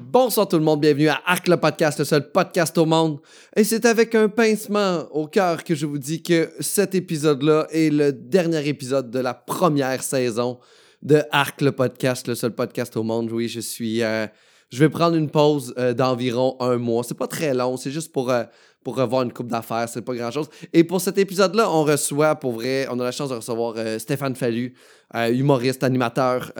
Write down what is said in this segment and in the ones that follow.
Bonsoir tout le monde, bienvenue à Arc le podcast, le seul podcast au monde. Et c'est avec un pincement au cœur que je vous dis que cet épisode-là est le dernier épisode de la première saison de Arc le podcast, le seul podcast au monde. Oui, je vais prendre une pause d'environ 1 mois. C'est pas très long, c'est juste pour revoir une couple d'affaires, c'est pas grand-chose. Et pour cet épisode-là, on reçoit, pour vrai, on a la chance de recevoir Stéphane Fallu, humoriste, animateur,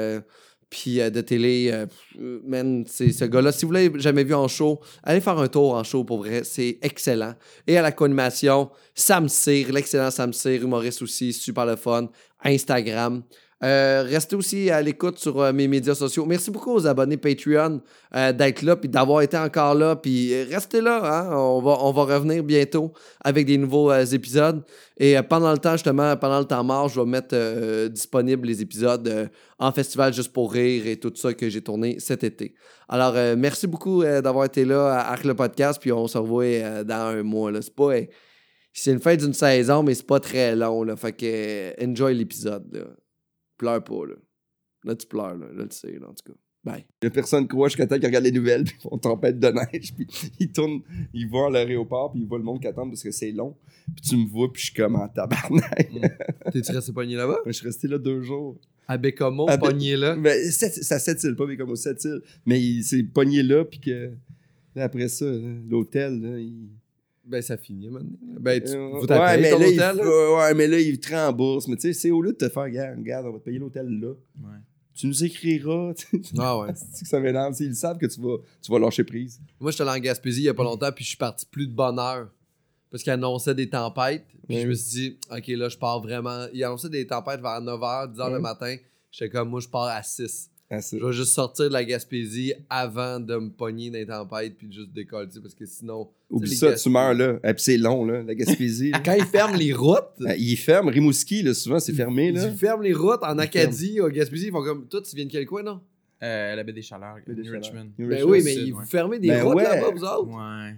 puis de télé. Man, c'est ce gars-là. Si vous l'avez jamais vu en show, allez faire un tour en show, pour vrai, c'est excellent. Et à la co-animation, Sam Cyr, l'excellent Sam Cyr, humoriste aussi, super le fun, Instagram. Restez aussi à l'écoute sur mes médias sociaux. Merci beaucoup aux abonnés Patreon d'être là puis d'avoir été encore là. Puis restez là, hein? On va revenir bientôt avec des nouveaux épisodes. Et pendant le temps mort, je vais mettre disponible les épisodes en festival juste pour rire et tout ça que j'ai tourné cet été. Alors, merci beaucoup d'avoir été là à Arc le podcast. Puis on se revoit dans 1 mois. Là. C'est une fin d'une saison, mais c'est pas très long. Là. Fait que enjoy l'épisode. Là. Pleure pas, là. Là, tu pleures, là. Là, tu sais, là, en tout cas. Bye. Il y a personne qui croit jusqu'à temps qu'ils regardent les nouvelles, puis ils font tempête de neige, puis ils tournent, ils vont à l'aéroport, puis ils voient le monde qui attend parce que c'est long. Puis tu me vois, puis je suis comme en tabarnak. T'es-tu resté pogné là-bas? Je suis resté là 2 jours. À Bécomo, pogné là? Mais ça 7 îles, pas Bécomo, 7 îles. Mais c'est pogné là, puis que... Là, après ça, l'hôtel, là, Ben, ça finit, maintenant. Ben, vous ouais, t'appelez ton hôtel, là? Ouais, mais là, il te rembourse. Mais tu sais, c'est au lieu de te faire, regarde, on va te payer l'hôtel là. Ouais. Tu nous écriras. Ah ouais. C'est que ça m'énerve. Ils savent que tu vas lâcher prise. Moi, j'étais allé en Gaspésie il y a pas longtemps, puis je suis parti plus de bonne heure. Parce qu'il annonçait des tempêtes. Puis je me suis dit, OK, là, je pars vraiment. Il annonçait des tempêtes vers 9h, 10h le matin. J'étais comme, moi, je pars à 6. Je vais juste sortir de la Gaspésie avant de me pogner dans les tempêtes puis juste décoller, parce que sinon... Oublie ça, tu meurs là. Et puis c'est long, là, la Gaspésie. Quand ils ferment les routes... Ils ferment. Rimouski, là, souvent, c'est fermé. Là. Ils ferment les routes en Acadie, au Gaspésie. Ils font comme... Toi, tu viens de quel coin, non? La baie des Chaleurs, New Richmond. Ben oui, mais ils ferment des routes là-bas, vous autres. Ouais.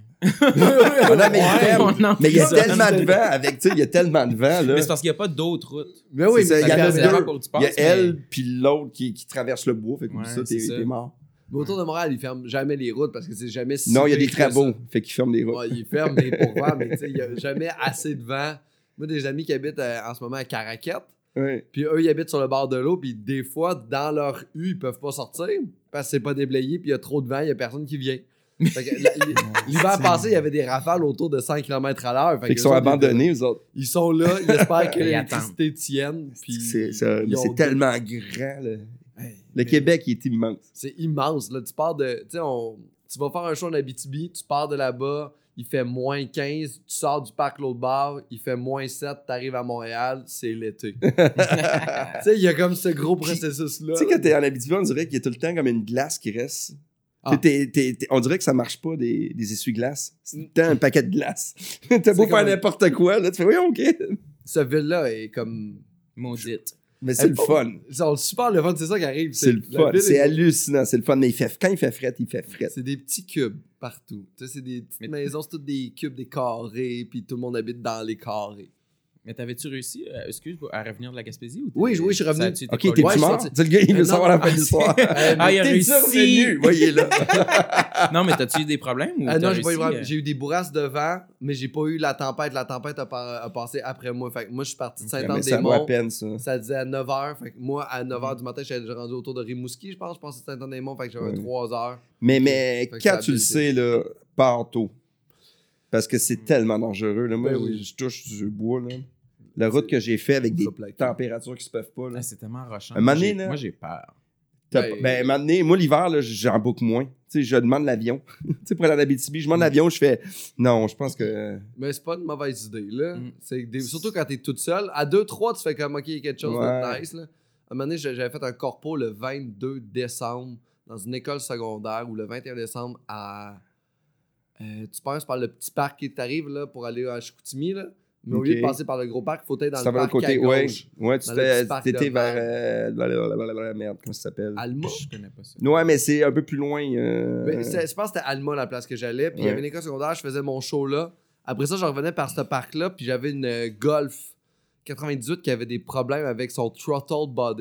Mais il y a tellement de vent avec, tu sais, il y a tellement de vent, là. Mais c'est parce qu'il n'y a pas d'autres routes. Mais oui, mais il y en a deux. Il y a elle, puis l'autre qui traverse le bois. Fait que ça, t'es mort. Mais autour de Montréal, ils ferment jamais les routes parce que c'est jamais si. Non, il y a des travaux. Fait qu'ils ferment les routes. Ouais, ils ferment des pourvoirs, mais tu sais, il n'y a jamais assez de vent. Moi, des amis qui habitent en ce moment à Caraquette. Ouais. Puis eux, ils habitent sur le bord de l'eau, puis des fois, dans leur rue, ils peuvent pas sortir parce que c'est pas déblayé, puis il y a trop de vent, il y a personne qui vient. Fait que, l'hiver passé, il y a des rafales autour de 100 km/h. Fait qu'ils sont abandonnés, eux autres. Ils sont là, ils espèrent que l'électricité tienne. Puis c'est tellement grand, là. Le Québec, il est immense. C'est immense, là. Tu pars de... Tu vas faire un show en Abitibi, tu pars de là-bas, il fait moins 15, tu sors du parc l'autre bord, il fait moins 7, t'arrives à Montréal, c'est l'été. Tu sais, il y a comme ce gros processus-là. Tu sais, quand t'es en Abitibi, on dirait qu'il y a tout le temps comme une glace qui reste. Ah. On dirait que ça marche pas des essuie-glaces. C'est tout le temps un paquet de glace. T'as beau faire n'importe quoi, là, tu fais oui, OK. Cette ville-là est comme... maudite. Mais c'est le fun. C'est super le fun, c'est ça qui arrive. C'est le fun. C'est hallucinant, c'est le fun. Mais quand il fait fret, il fait fret. C'est des petits cubes partout. Tu sais, c'est des petites maisons, c'est toutes des cubes, des carrés, puis tout le monde habite dans les carrés. Mais t'avais-tu réussi, à revenir de la Gaspésie? Ou oui, je suis revenu. OK, t'es-tu mort? C'est le gars, il veut savoir la fin de l'histoire. Il a réussi. Revenu. Voyez là. Non, mais t'as-tu eu des problèmes? Ou non, j'ai eu des bourrasques de vent, mais j'ai pas eu la tempête. La tempête a passé après moi. Fait que moi, je suis parti de Saint-Anne-des-Monts. Ça vaut à peine, ça. Ça disait à 9h. Fait que moi, à 9h du matin, j'étais déjà rendu autour de Rimouski, je pense. Je pensais de Saint-Anne-des-Monts. Fait que j'avais 3 heures. Mais quand tu le sais, là, pars tôt. Parce que c'est tellement dangereux. Là. Moi, je touche du bois, là. La route que j'ai fait avec des températures qui se peuvent pas. Là. C'est tellement rochant. Moi, j'ai peur. Un moment donné, moi, l'hiver, là, j'en book moins. Tu sais, je demande l'avion. Tu sais, pour aller en Abitibi, je demande l'avion, je fais non, je pense que. Mais c'est pas une mauvaise idée, là. Surtout quand t'es toute seule. À 2-3, tu fais comme, OK, il y a quelque chose de nice, là. À un moment donné, j'avais fait un corpo le 22 décembre dans une école secondaire ou le 21 décembre à. Tu passes par le petit parc qui t'arrive, là, pour aller à Chicoutimi, là. Mais au lieu de passer par le gros parc, il faut être dans le parc côté, à gauche. Ouais, tu étais vers... merde, comment ça s'appelle? Alma? Je connais pas ça. Ouais, mais c'est un peu plus loin. Je pense que c'était Alma, la place que j'allais. Puis il y avait une école secondaire, je faisais mon show là. Après ça, je revenais par ce parc-là, puis j'avais une Golf 98 qui avait des problèmes avec son throttle body.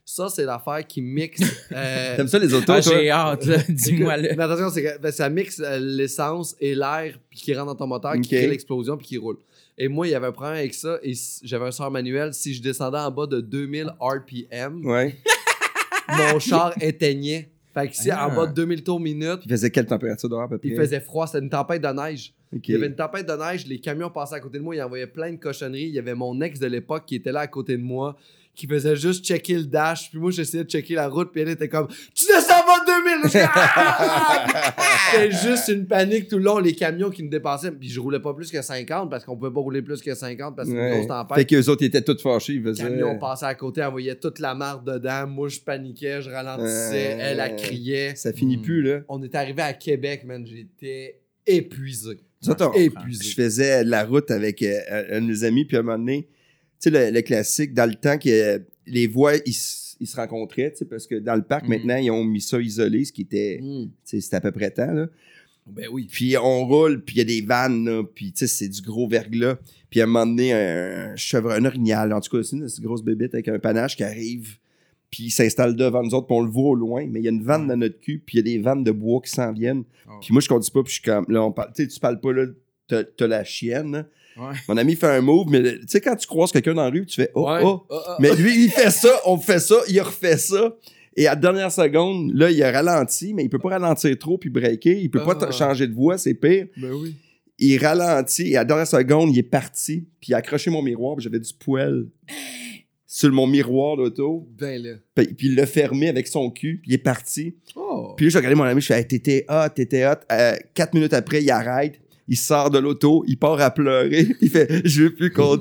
Ça, c'est l'affaire qui mixe... T'aimes ça, les autos, toi? J'ai hâte, là. Dis-moi-le. Mais attention, c'est que ça mixe l'essence et l'air puis qui rentre dans ton moteur, qui crée l'explosion puis qui roule. Et moi, il y avait un problème avec ça et j'avais un soeur manuel. Si je descendais en bas de 2000 RPM, mon char éteignait. Fait que si en bas de 2000 tours minute... Il faisait quelle température dehors à peu près? Il faisait froid, c'était une tempête de neige. Okay. Il y avait une tempête de neige, les camions passaient à côté de moi, ils envoyaient plein de cochonneries. Il y avait mon ex de l'époque qui était là à côté de moi, qui faisait juste checker le dash. Puis moi, j'essayais de checker la route, puis elle était comme « Tu descends pas de 2000! » C'était juste une panique tout le long, les camions qui me dépassaient. Puis je roulais pas plus que 50 parce qu'on pouvait pas rouler plus que 50 parce que c'était une grosse tempête. Fait qu'eux autres, ils étaient tous fâchés. Les camions passaient à côté, envoyaient toute la marde dedans. Moi, je paniquais, je ralentissais. Elle criait. Ça finit plus, là. On est arrivé à Québec, man. J'étais épuisé. Épuisé. Je faisais la route avec un de mes amis, puis à un moment donné, tu sais, le classique, dans le temps que les voies, ils se rencontraient, tu sais, parce que dans le parc, maintenant, ils ont mis ça isolé, ce qui était, tu sais, c'était à peu près temps, là. Ben oui. Puis on roule, puis il y a des vannes, là, puis tu sais, c'est du gros verglas. Puis à un moment donné, un orignal, en tout cas, c'est une grosse bébête avec un panache qui arrive, puis il s'installe devant nous autres, puis on le voit au loin, mais il y a une vanne dans notre cul, puis il y a des vannes de bois qui s'en viennent. Puis moi, je conduis pas, puis je suis comme, là, on parle, tu sais, tu parles pas, là, t'as la chienne, là. Ouais. Mon ami fait un move, mais tu sais, quand tu croises quelqu'un dans la rue, tu fais Mais lui, il fait ça, on fait ça, il refait ça. Et à la dernière seconde, là, il a ralenti, mais il peut pas ralentir trop puis breaker. Il peut pas changer de voie, c'est pire. Ben oui. Il ralentit et à la dernière seconde, il est parti. Puis il a accroché mon miroir, puis j'avais du poêle sur mon miroir d'auto. Ben là. Puis il l'a fermé avec son cul, puis il est parti. Puis là, j'ai regardé mon ami, je fais hey, t'étais hot. 4 minutes après, il arrête. Il sort de l'auto, il part à pleurer, il fait « Je veux plus conduire. »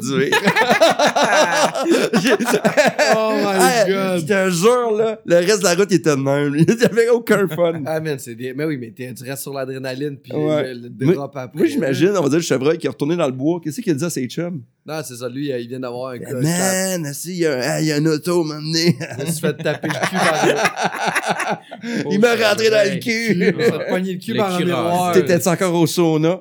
Oh my God! Je te jure, là, le reste de la route, il était de même. Il n'y avait aucun fun. Ah, man, c'est des... Mais oui, mais tu restes sur l'adrénaline, puis le drop après. Moi, j'imagine, on va dire, le chevreuil qui est retourné dans le bois. Qu'est-ce qu'il a dit à ses chums? Non, c'est ça, lui, il vient d'avoir un cas. Man, il y a un auto, m'amener. Il se fait taper le cul par Il m'a rentré dans le cul. Il m'a fait pogner le cul par un miroir. T'étais encore au sauna?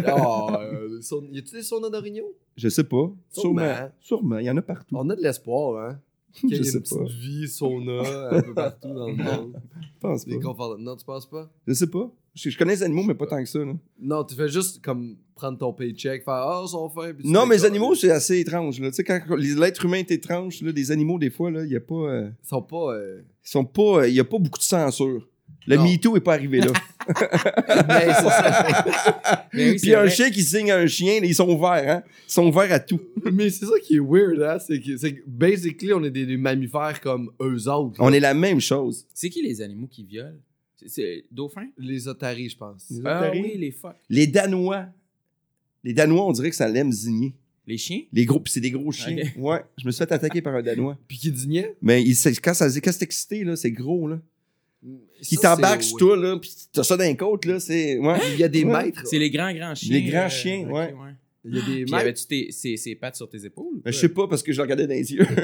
Y a-tu des saunas d'Origno? Je sais pas. Sûrement. Il y en a partout. On a de l'espoir, hein? Qu'il y ait sais une petite vie sauna un peu partout dans le monde. Je pense pas. Non, tu penses pas? Je sais pas. Je connais les animaux, mais pas tant que ça. Là. Non, tu fais juste comme prendre ton paycheck, faire ils sont fins. Non, mais les animaux, c'est assez étrange. Là. Tu sais, quand l'être humain est étrange, là, des animaux, des fois, il n'y a pas. Ils sont pas. Il n'y a pas beaucoup de censure. Le MeToo n'est pas arrivé là. Mais c'est ça. Puis un chien qui signe un chien, ils sont ouverts, hein? Ils sont ouverts à tout. Mais c'est ça qui est weird, hein? C'est que basically, on est des mammifères comme eux autres. On est la même chose. C'est qui les animaux qui violent? C'est dauphins? Les otaries, je pense. Les otaries? Oui, les phoques. Les Danois. Les Danois, on dirait que ça l'aime zigner. Les chiens? Les gros, puis c'est des gros chiens. Okay. Ouais, je me suis fait attaquer par un Danois. Puis qui dignait? Mais quand c'est excité, là, c'est gros, là. Qui t'embarque sur toi, là, pis t'as ça dans les côtes, là, c'est... Ouais. Il y a des maîtres. C'est les grands chiens. Les grands chiens, ouais. Il y a des maîtres. Avais-tu ces pattes sur tes épaules? Je sais pas, parce que je le regardais dans les yeux.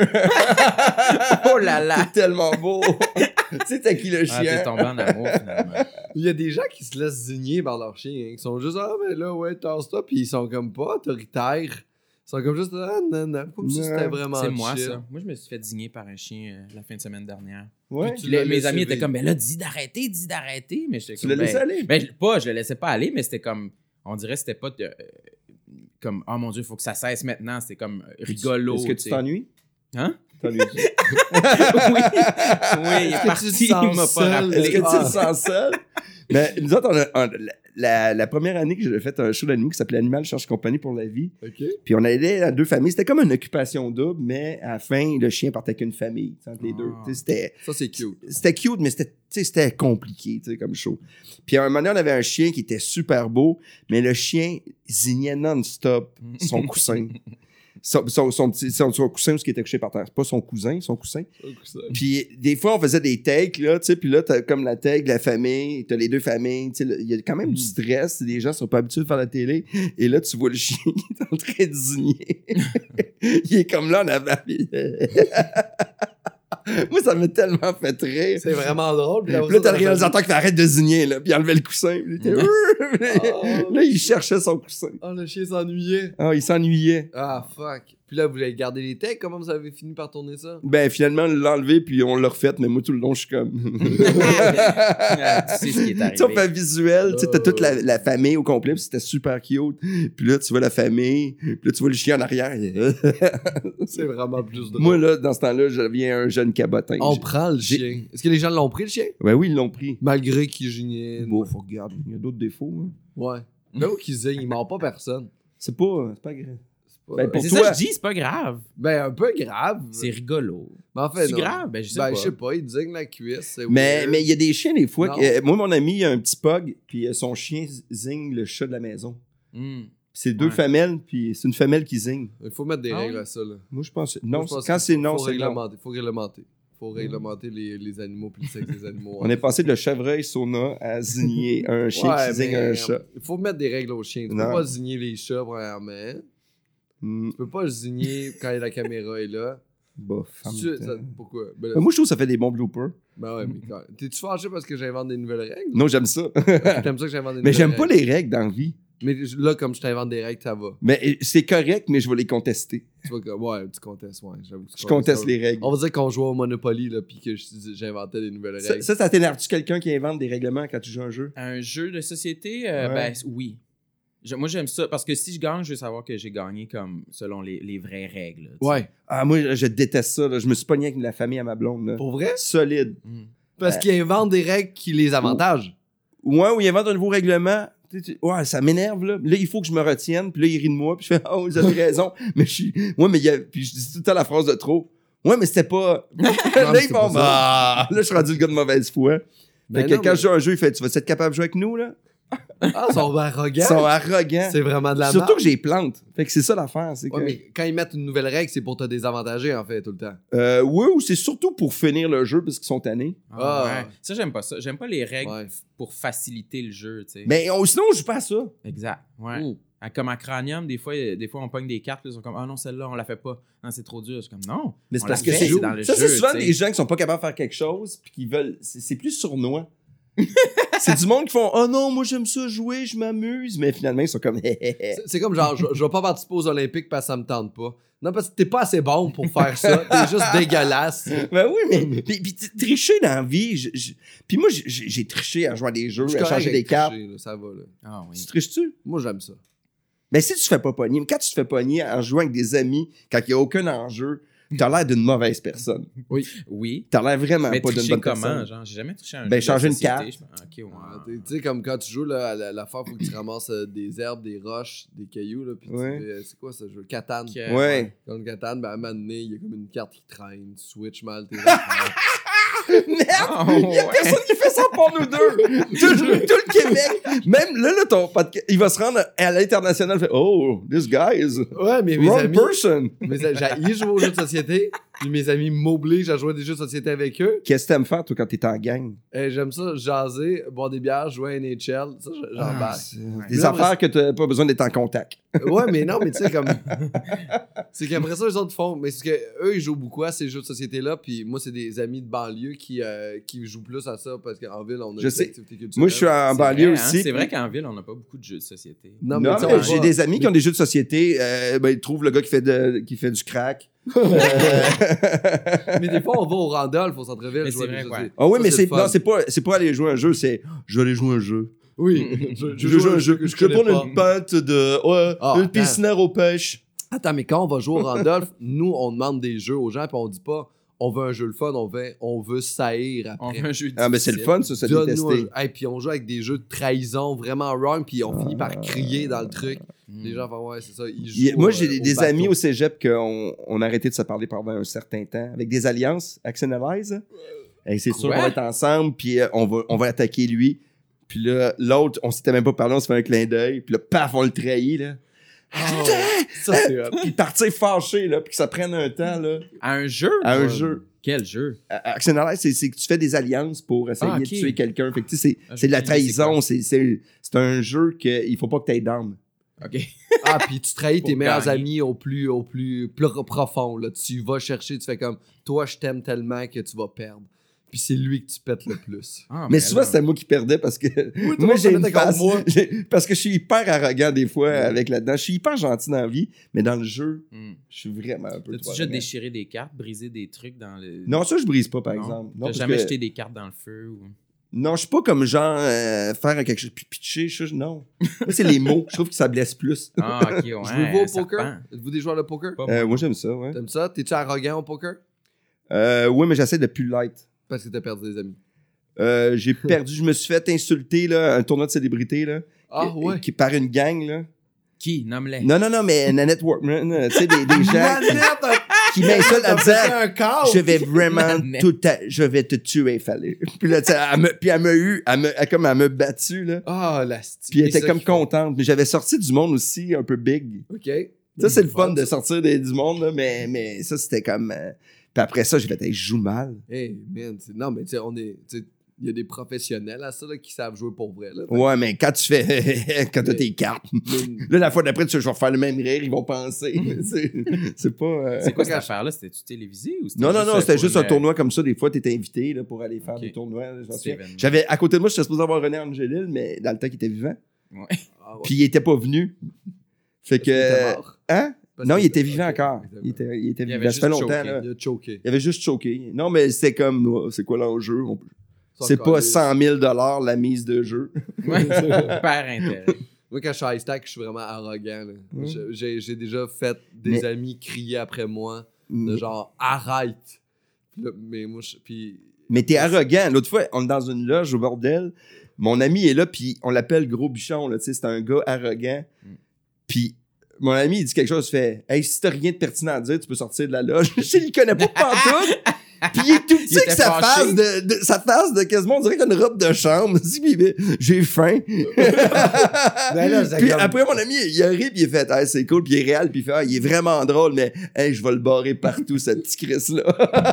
Oh là là! C'est tellement beau! Tu sais, t'as qui le chien? T'es tombé en amour, finalement. Il y a des gens qui se laissent zigner par leur chien, hein, qui sont juste « Ah, mais là, ouais, tasse-toi », puis ils sont comme pas autoritaires. Ils sont comme juste « Ah, non, comme si c'était vraiment c'est moi, chill. ça. Moi, je me suis fait digner par un chien la fin de semaine dernière. Ouais. Mes amis étaient comme « Mais là, dis d'arrêter. » Mais j'étais comme... Tu le laissais aller? Je le laissais pas aller, mais c'était comme... On dirait que c'était pas... comme « Oh mon Dieu, il faut que ça cesse maintenant. » C'était comme rigolo. Est-ce que tu t'ennuies? Hein? Oui, il est parti, il m'a pas rappelé. Est-ce que tu te sens seul? Mais nous autres, la première année que j'ai fait un show d'animaux qui s'appelait Animal Cherche Compagnie pour la vie. Okay. Puis on allait à 2 familles. C'était comme une occupation double, mais à la fin, le chien partait avec une famille entre les deux. Ça, c'est cute. C'était cute, mais c'était compliqué comme show. Puis à un moment donné, on avait un chien qui était super beau, mais le chien zignait non-stop son coussin. Son coussin qui était couché par terre. C'est pas son cousin, son coussin. Puis des fois, on faisait des takes, là, tu sais, puis là, t'as comme la take de la famille, t'as les 2 familles, tu sais, il y a quand même du stress, les gens sont pas habitués de faire la télé, et là, tu vois le chien qui est en train de zigner. Il est comme là en avant. Moi, ça m'a tellement fait rire. C'est vraiment drôle. Puis là, t'as le réalisateur qui fait arrête de zigner, là, puis il enlevait le coussin. Puis il était... Là, il cherchait son coussin. Oh, le chien s'ennuyait. Ah, il s'ennuyait. Ah, fuck. Puis là, vous avez gardé les takes. Comment vous avez fini par tourner ça? Ben, finalement, on l'a enlevé, puis on l'a refait, mais moi, tout le long, je suis comme. Tu sais ce qui est Tu sais, on arrivé. fait un visuel, tu sais, t'as toute la famille au complet, puis c'était super cute. Puis là, tu vois la famille, puis là, tu vois le chien en arrière. C'est vraiment plus drôle. Moi, là, dans ce temps-là, je deviens un jeune cabotin. On prend le chien. Est-ce que les gens l'ont pris, le chien? Ben oui, ils l'ont pris. Malgré qu'il gignait. Bon, faut regarder, il y a d'autres défauts. Hein. Ouais. Là où qu'il zigne, il ment pas personne. C'est pas grave. C'est pas... Ben, Mais pour c'est toi- ça que je dis, c'est pas grave. Ben, un peu grave. C'est rigolo. Mais en fait, C'est non. grave? Ben, je sais Ben, pas. je sais pas, il digne la cuisse. C'est Mais weird. il y a des chiens, des fois. Non. Moi, mon ami, il a un petit pug, puis son chien zigne le chat de la maison. Hmm. C'est deux Ouais. femelles, puis c'est une femelle qui zigne. Il faut mettre des Ah règles ouais? à ça, là. Moi, je pense. Moi, Non, je pense quand qu'il c'est non, faut c'est non. réglementer. Faut réglementer. Faut réglementer les animaux puis le sexe des animaux. On est passé de le chevreuil sauna à zigner un chien Ouais, qui zigne mais un chat. Il faut mettre des règles aux chiens. Tu Non. peux pas zigner les chats, premièrement. Hmm, Tu peux pas zigner quand la caméra est là. bof. en Tu- même temps. ça- pourquoi? Ben, Moi, je trouve que ça fait des bons bloopers. ben ouais, mais quand... T'es-tu fâché parce que j'invente des nouvelles règles? Non, j'aime ça. T'aimes ça que j'invente des Mais nouvelles j'aime pas règles? les règles dans la vie. Mais là, comme je t'invente des règles, ça va. Mais c'est correct, mais je vais les contester. Tu vois que... Ouais, tu contestes, ouais. J'avoue que tu Je conteste contestes. les règles. On va dire qu'on jouait au Monopoly, là, puis que j'inventais des nouvelles règles. Ça t'énerve-tu quelqu'un qui invente des règlements quand tu joues à un jeu? Un jeu de société, Ouais. ben oui. Moi, j'aime ça. Parce que si je gagne, je veux savoir que j'ai gagné comme selon les vraies règles. tu sais. Ouais. Ah, moi, je déteste ça. Là. Je me suis pogné avec la famille à ma blonde. Là. Pour vrai? Solide. Hmm. Parce qu'ils inventent des règles qui les avantagent. Ouais, où il invente un nouveau règlement. Ouais, ça m'énerve, là. Là, il faut que je me retienne. Puis là, il rit de moi. Puis je fais, oh, vous avez raison. Mais je suis. Ouais, mais il y a. Puis je dis tout le temps la phrase de trop. Ouais, mais c'était pas. là, mais ils c'est font. pas ça. Là, je suis rendu le gars de mauvaise foi. Ben Fait que non, quand mais- je joue à un jeu, il fait, tu vas être capable de jouer avec nous, là? Ah, ils sont arrogants. Ils sont arrogants. C'est vraiment de la Surtout merde. que j'ai plante. Fait que c'est ça l'affaire. C'est Ouais, que... mais quand ils mettent une nouvelle règle, c'est pour te désavantager, en fait, tout le temps. Oui, ou c'est surtout pour finir le jeu parce qu'ils sont tannés. Ah, Ah. ouais. Ça, j'aime pas ça. J'aime pas les règles Ouais. pour faciliter le jeu, tu sais. Mais sinon, on joue pas à ça. Exact. Ouais. Ouh. Comme à Cranium, des fois, on pogne des cartes, puis ils sont comme, ah non, celle-là, on la fait pas. Non, c'est trop dur. Je suis comme, non. Mais c'est on parce la que fait, c'est dans le ça, jeu. c'est souvent tu sais. des gens qui sont pas capables de faire quelque chose puis qui veulent. C'est plus sournois. C'est du monde qui font oh non, moi j'aime ça jouer, je m'amuse, mais finalement ils sont comme C'est comme genre, je vais pas participer aux Olympiques parce que ça me tente pas. Non, parce que t'es pas assez bon pour faire ça. T'es juste dégueulasse. Ben oui, mais puis tricher dans la vie, puis moi j'ai triché à jouer à des jeux, Je suis à correct changer des avec cartes. tricher, là, ça va, là. Ah oui. Tu triches-tu? Moi, j'aime ça. Mais si tu te fais pas pogner, quand tu te fais pogner en jouant avec des amis, quand il y a aucun enjeu, t'as l'air d'une mauvaise personne. Oui. T'as l'air vraiment Mais pas d'une tricher bonne comment, personne. genre? J'ai jamais triché à un Ben, jeu de changer une société. carte. Je fais, ah, ok, ouais. Tu sais, comme quand tu joues là, à l'affaire, faut que tu ramasses des herbes, des roches, des cailloux, là, puis tu Ouais. fais, c'est quoi ça jeu? Catane. Que- Ouais. Dans le Catane, ben, à un moment donné, il y a comme une carte qui traîne, tu switch mal tes affaires. Merde! Oh, Il y a ouais. personne qui fait ça pour nous deux! tout le Québec! Même là, ton podcast, il va se rendre à l'international, fait oh, this guy is Ouais, mais mes wrong amis, person! j'ai joué aux jeux de société, puis mes amis m'obligent à jouer à des jeux de société avec eux. Qu'est-ce que t'aimes faire, toi, quand t'es en gang? J'aime ça, jaser, boire des bières, jouer à NHL. Ça, j'embarque. Des Là, affaires que t'as pas besoin d'être en contact. Ouais, mais non, mais tu sais, comme. C'est qu'après ça, les autres font. Mais c'est que eux, ils jouent beaucoup à ces jeux de société-là. Puis moi, c'est des amis de banlieue qui jouent plus à ça parce qu'en ville, on a Je des sais. activités culturelles. Moi, je suis en C'est banlieue vrai, hein? aussi. C'est vrai qu'en ville, on n'a pas beaucoup de jeux de société. Non, Non, tu sais, mais on j'ai va- des amis qui ont des jeux de société. Ben, ils trouvent le gars qui fait du crack. Mais des fois, on va au Randolph, au centre-ville. Mais jouer c'est à des vrai, jeux de ouais. société. Ah oui, Ça, mais le c'est fun. non, c'est pas aller jouer à un jeu, c'est je vais aller jouer à un jeu. Oui, Je joue à un jeu. Je vais prendre une pâte de une attends. piscinaire aux pêches. Attends, mais quand on va jouer au Randolph, nous, on demande des jeux aux gens, puis on dit pas on veut un jeu le fun, on veut saillir On après. fait un jeu Ah, mais c'est le fun, ça, Donne-nous détester. un- Hey, puis on joue avec des jeux de trahison vraiment wrong, puis on finit par crier dans le truc. Les gens font ouais, c'est ça. Ils jouent, Moi, j'ai au des bateau. amis au cégep qu'on a arrêté de se parler pendant un certain temps, avec des alliances, Axonalize. Et c'est sûr Quoi? qu'on va être ensemble, puis on va attaquer lui. Puis là, l'autre, on s'était même pas parlé, on se fait un clin d'œil. Puis là, paf, on le trahit, là. Oh, ça, c'est hot. Puis partir fâché, là, puis que ça prenne un temps, là, À un jeu? à un Ouais. jeu. Quel jeu? Axonalize, c'est que tu fais des alliances pour essayer Ah, ok. de tuer quelqu'un. Fait que, tu sais, Ah, c'est de la j'ai oublié c'est trahison, c'est un jeu qu'il faut pas que t'aies d'armes. OK. Ah, puis tu trahis tes Pour meilleurs gagner. amis au plus profond. Là. Tu vas chercher, tu fais comme toi, je t'aime tellement que tu vas perdre. puis c'est lui que tu pètes le plus. Ah, Mais ben souvent, là. c'était moi qui perdais parce que Oui, moi, j'ai une mettait contre face. moi. Parce que je suis hyper arrogant des fois avec là-dedans. Je suis hyper gentil dans la vie, mais dans le jeu, je suis vraiment un peu T'as-tu trop déjà arrogant. déchiré des cartes, brisé des trucs dans le. Non, ça, je brise pas, par Non? exemple. Non, T'as parce jamais que- jeté des cartes dans le feu ou. Non, je suis pas comme genre faire quelque chose puis pitcher, non. Moi, c'est les mots. Je trouve que ça blesse plus. Ah, ok, ouais. Jouez-vous au serpent. poker? Êtes-vous des joueurs de poker? Pas moi. Moi, j'aime ça, ouais. T'aimes ça? T'es-tu arrogant au poker? Oui, mais j'essaie de plus light. Parce que t'as perdu des amis. J'ai perdu, je me suis fait insulter, là, un tournoi de célébrité, là. Ah ouais? Qui, par une gang, là. Qui? Nomme-les. Non, mais Nanette Workman, tu sais, des gens qui m'insultent en T'as fait disant un corps! je vais vraiment Nanette. je vais te tuer, fallait. Puis là, tu sais, elle m'a battu, là. Ah, la Puis elle était comme contente. Mais j'avais sorti du monde aussi un peu big. OK. Ça, c'est le fun de sortir du monde, là, mais ça, c'était comme. Puis après ça, j'ai fait, hey, je joue mal. Hey, man. Non, mais tu sais, il y a des professionnels à ça là, qui savent jouer pour vrai. Là. Ouais, mais quand tu fais. Quand t'as tes cartes. Mais- Là, la fois d'après, tu vas faire le même rire, ils vont penser. C'est pas. C'est quoi cette affaire-là? C'était-tu télévisé ou c'était Non, c'était pour juste une- un tournoi comme ça. Des fois, t'étais invité là, pour aller faire Ok. des tournois. J'en Petit souviens. événement. J'avais, à côté de moi, j'étais supposé avoir René Angélil, mais dans le temps qu'il était vivant. Ouais. Ah, ouais. Puis il était pas venu. Fait Parce qu'il était que. mort. Hein? Parce Non, que- il était vivant ok, encore. il Il était était, il était Il vivant. avait Ça fait juste longtemps, choqué. là. Il a choqué. Il avait juste choqué. Non, mais c'était comme. C'est quoi l'enjeu? C'est pas Calisse. 100 000 la mise de jeu. Ouais. Hyper intérêt. Moi, quand je suis à High-Stack, je suis vraiment arrogant. Là. Mm. J'ai déjà fait des Mais- amis crier après moi de genre arrête. Puis là, mais moi, puis Mais t'es arrogant. L'autre fois, on est dans une loge au bordel. Mon ami est là, puis on l'appelle Gros Bichon. Là, tu sais, c'est un gars arrogant. Puis mon ami, il dit quelque chose, il fait « Hey, si t'as rien de pertinent à dire, tu peux sortir de la loge. » Je sais, il connaît pas pantoute. Puis il est tout petit Il que était sa fâché. face de quasiment, on dirait qu'il a une robe de chambre. Puis il fait, j'ai faim. Ben là, c'est Puis comme- après, mon ami, il arrive, puis il fait, hey, c'est cool, puis il est réel, puis il fait, ah, il est vraiment drôle, mais, hey, je vais le barrer partout, ce petit Chris-là.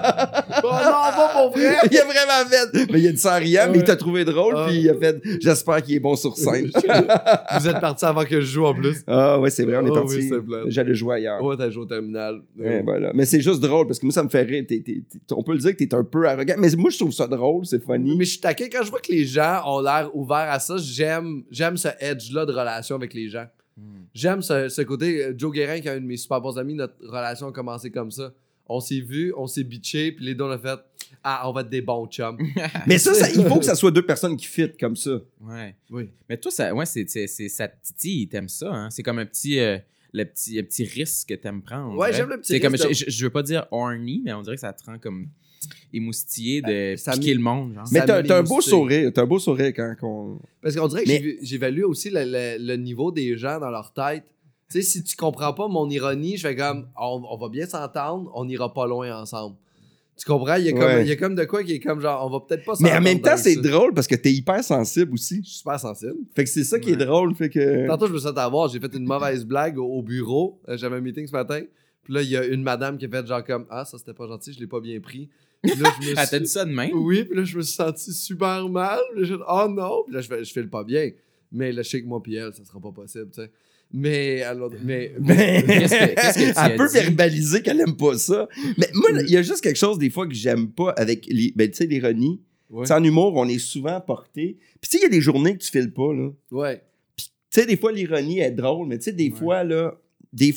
Oh non, pas pour vrai! Il a vraiment fait. Mais il a dit ça en riant, mais il t'a trouvé drôle, Ah. puis il a fait, j'espère qu'il est bon sur scène. Vous êtes parti avant que je joue en plus. Ah, ouais, c'est vrai, on est Oh, parti. oui, c'est plate. J'allais jouer ailleurs. Ouais, t'as joué au terminal. Ouais, voilà. Mais c'est juste drôle, parce que moi, ça me fait rire. On peut le dire que t'es un peu arrogant, mais moi, je trouve ça drôle, c'est funny. Mais je suis taquin quand je vois que les gens ont l'air ouverts à ça. J'aime ce edge-là de relation avec les gens. J'aime ce côté. Joe Guérin, qui est un de mes super bons amis, notre relation a commencé comme ça. On s'est vus, on s'est bitché, puis les deux, on a fait on va être des bons chums. Mais ça, il faut que ça soit deux personnes qui fit comme ça. Ouais. Oui. Mais toi, ça, ouais, c'est ça te titille, t'aimes ça, hein? C'est comme un petit risque que t'aimes prendre. Ouais, hein? j'aime le petit C'est comme, risque de- je veux pas dire horny, mais on dirait que ça te rend comme émoustillé de Ça piquer m'é- le monde, genre. Mais Ça t'as un beau m'émoustille. sourire. T'as un beau sourire quand on. Parce qu'on dirait que Mais- j'évalue aussi le niveau des gens dans leur tête. Tu sais, si tu comprends pas mon ironie, je fais comme on va bien s'entendre, on n'ira pas loin ensemble. Tu comprends? Il y a comme, Ouais. il y a comme de quoi qui est comme genre, on va peut-être pas Mais s'entendre. en même temps, dans c'est ça. drôle parce que t'es hyper sensible aussi. Je suis super sensible. Fait que c'est ça qui est Ouais. drôle. Fait que. Tantôt, je me suis fait avoir. J'ai fait une mauvaise blague au bureau. J'avais un meeting ce matin. Puis là, il y a une madame qui a fait genre comme ça c'était pas gentil, je l'ai pas bien pris. Puis là, je me Ah, t'as dit ça de même? Oui, puis là, je me suis senti super mal. Puis là, j'ai dit, oh non. Puis là, je fais le pas bien. Mais là, je sais que moi, puis elle, ça sera pas possible, tu sais. Mais alors, mais Qu'est-ce que tu as Elle peut dit? verbaliser qu'elle aime pas ça. Mais moi, il y a juste quelque chose des fois que j'aime pas avec tu sais, l'ironie. ouais. Tu sais, en humour, on est souvent porté. Puis tu sais, il y a des journées que tu files pas, là. Ouais. Tu sais, des fois, l'ironie est drôle, mais tu sais, des fois, là, tu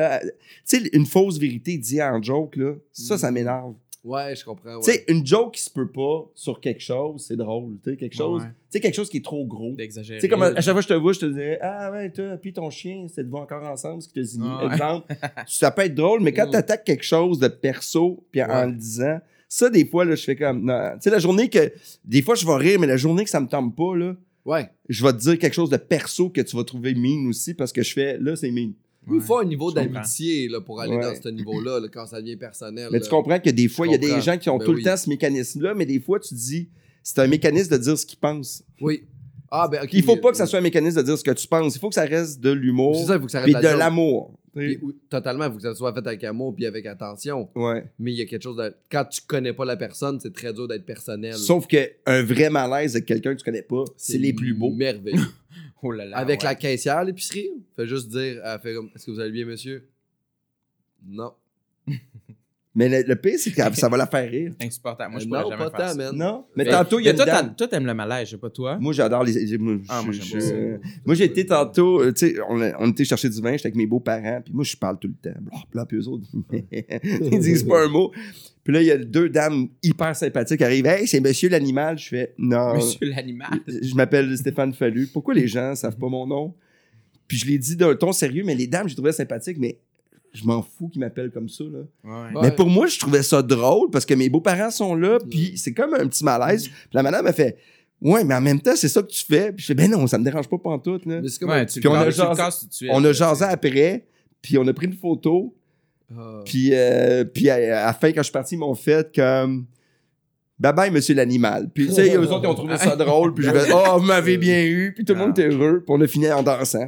sais, une fausse vérité dit en joke, là, ça m'énerve. Ouais, je comprends. Tu Ouais. sais, une joke qui se peut pas sur quelque chose, c'est drôle. Tu sais, quelque chose, Ouais. tu sais, quelque chose qui est trop gros. D'exagérer. Tu sais, comme à chaque fois que je te vois, je te dis ah ouais, toi, puis ton chien, c'est de voir encore ensemble ce qui te dit. Ah ouais. Exemple, ça peut être drôle, mais quand Mm. tu attaques quelque chose de perso, puis en Ouais. le disant, ça, des fois, là, je fais comme. Non. Tu sais, la journée que. Des fois, je vais rire, mais la journée que ça me tombe pas, là, Ouais. je vais te dire quelque chose de perso que tu vas trouver mean aussi parce que je fais là, c'est mean. Il faut un niveau je comprends. d'amitié là, pour aller Ouais. dans ce niveau-là, là, quand ça devient personnel. Mais là. tu comprends que des fois, il y a des comprends. gens qui ont Ben tout oui. le temps ce mécanisme-là, mais des fois, tu dis. C'est un mécanisme de dire ce qu'ils pensent. Oui. Ah, ben, ok. Il faut mais- pas que ça soit un mécanisme de dire ce que tu penses. Il faut que ça reste de l'humour. C'est ça, il faut que ça reste Puis la de joke. l'amour. Puis, oui, totalement, il faut que ça soit fait avec amour puis avec attention. Ouais. Mais il y a quelque chose de. Quand tu connais pas la personne, c'est très dur d'être personnel. Sauf qu'un vrai malaise avec quelqu'un que tu connais pas, c'est les plus beaux. Merveilleux. Oh là là. Avec ouais. la caissière à l'épicerie, fait juste dire, elle fait comme, est-ce que vous allez bien, monsieur? Non. Mais le pire, c'est que ça va la faire rire. Insupportable. Moi, je Non, pourrais jamais pas faire tant, ça. man. Non? Mais tantôt, il y a une toi, dame. toi, t'aimes le malaise, je sais pas toi. Moi, j'adore les... Moi, Moi, j'aime ça. moi, j'ai été tantôt... tu sais, on était chercher du vin, j'étais avec mes beaux-parents, puis moi, je parle tout le temps. Blah, puis eux autres, ils disent pas un mot. Puis là, il y a 2 dames hyper sympathiques qui arrivent. « Hey, c'est monsieur l'animal. » Je fais « Non. » Monsieur l'animal. Je m'appelle Stéphane Fallu. Pourquoi les gens savent pas mon nom? Puis je l'ai dit d'un ton sérieux, mais les dames, j'ai trouvé ça sympathique, mais je m'en fous qu'ils m'appellent comme ça, là. Ouais. Mais pour moi, je trouvais ça drôle parce que mes beaux-parents sont là, puis c'est comme un petit malaise. Puis la madame a fait « Ouais, mais en même temps, c'est ça que tu fais. » Puis je fais « Ben non, ça me dérange pas pantoute, là. » Mais c'est comme Ouais, un tu petit... Puis on a le jasé- casses tout de suite. On a jasé après, puis on a pris une photo. Puis à la fin, quand je suis parti, ils m'ont fait comme bye bye, monsieur l'animal. Puis tu sais, eux autres, ils ont trouvé ça drôle. Puis j'ai fait oh, vous m'avez bien eu. Puis tout le monde était heureux. Puis on a fini en dansant.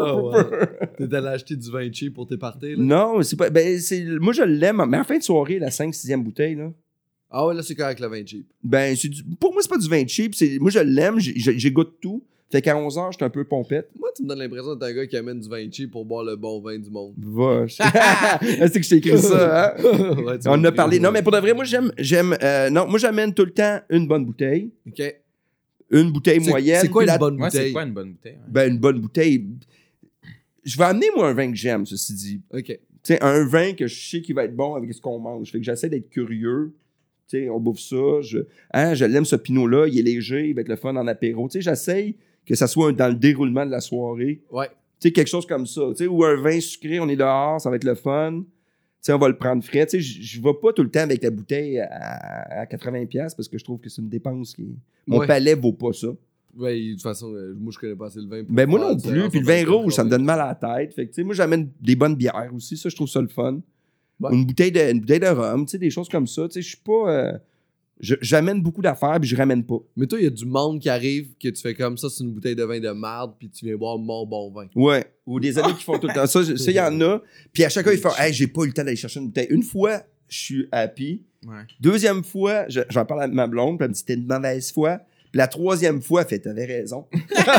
T'es allé acheter du vin cheap pour tes parties, là? Non, c'est pas. Ben, moi, je l'aime. Mais en fin de soirée, la 5-6e bouteille, là. Ah ouais, là, c'est correct, le vin cheap. Ben, pour moi, c'est pas du vin cheap. Moi, je l'aime. J'ai goûté tout. Fait qu'à 11h, j'étais un peu pompette. Moi, tu me donnes l'impression d'être un gars qui amène du vin cheap pour boire le bon vin du monde. Va. C'est que je t'ai écrit ça, hein? Ouais, tu On en m'as a parlé. écrit, Non, mais pour de vrai, moi, non, moi, j'amène tout le temps une bonne bouteille. OK. Une bouteille moyenne. C'est quoi puis une bonne Ouais, c'est bouteille? quoi une bonne bouteille? Ouais. Ben, une bonne bouteille. Je vais amener, moi, un vin que j'aime, ceci dit. OK. Tu sais, un vin que je sais qu'il va être bon avec ce qu'on mange. Fait que j'essaie d'être curieux. Tu sais, on bouffe ça. Je l'aime, ce pinot-là. Il est léger. Il va être le fun en apéro. Tu sais, j'essaie que ça soit dans le déroulement de la soirée. Ouais. Tu sais, quelque chose comme ça. Tu sais, ou un vin sucré, on est dehors, ça va être le fun. Tu sais, on va le prendre frais. Tu sais, je vais pas tout le temps avec la bouteille à 80$ parce que je trouve que c'est une dépense qui... Mon Ouais. palais vaut pas ça. Ouais, de toute façon, moi, je connais pas assez le vin. pour Ben moi faire non ça. plus. En Puis le fait, vin rouge, ça me donne mal à la tête. Fait que, tu sais, moi, j'amène des bonnes bières aussi. Ça, je trouve ça le fun. Ouais. Une bouteille de rhum, tu sais, des choses comme ça. Tu sais, je suis pas... j'amène beaucoup d'affaires, puis je ramène pas. Mais toi, il y a du monde qui arrive que tu fais comme ça, c'est une bouteille de vin de marde, puis tu viens boire mon bon vin. Ouais. Ou des amis qui font tout le temps ça. Ça, il y en a. Puis à chaque fois, ils font « Hey, j'ai pas eu le temps d'aller chercher une bouteille. » Une fois, je suis happy. Ouais. Deuxième fois, j'en parle à ma blonde, puis elle me dit « C'était une mauvaise fois. » Puis la troisième fois, elle fait « T'avais raison. »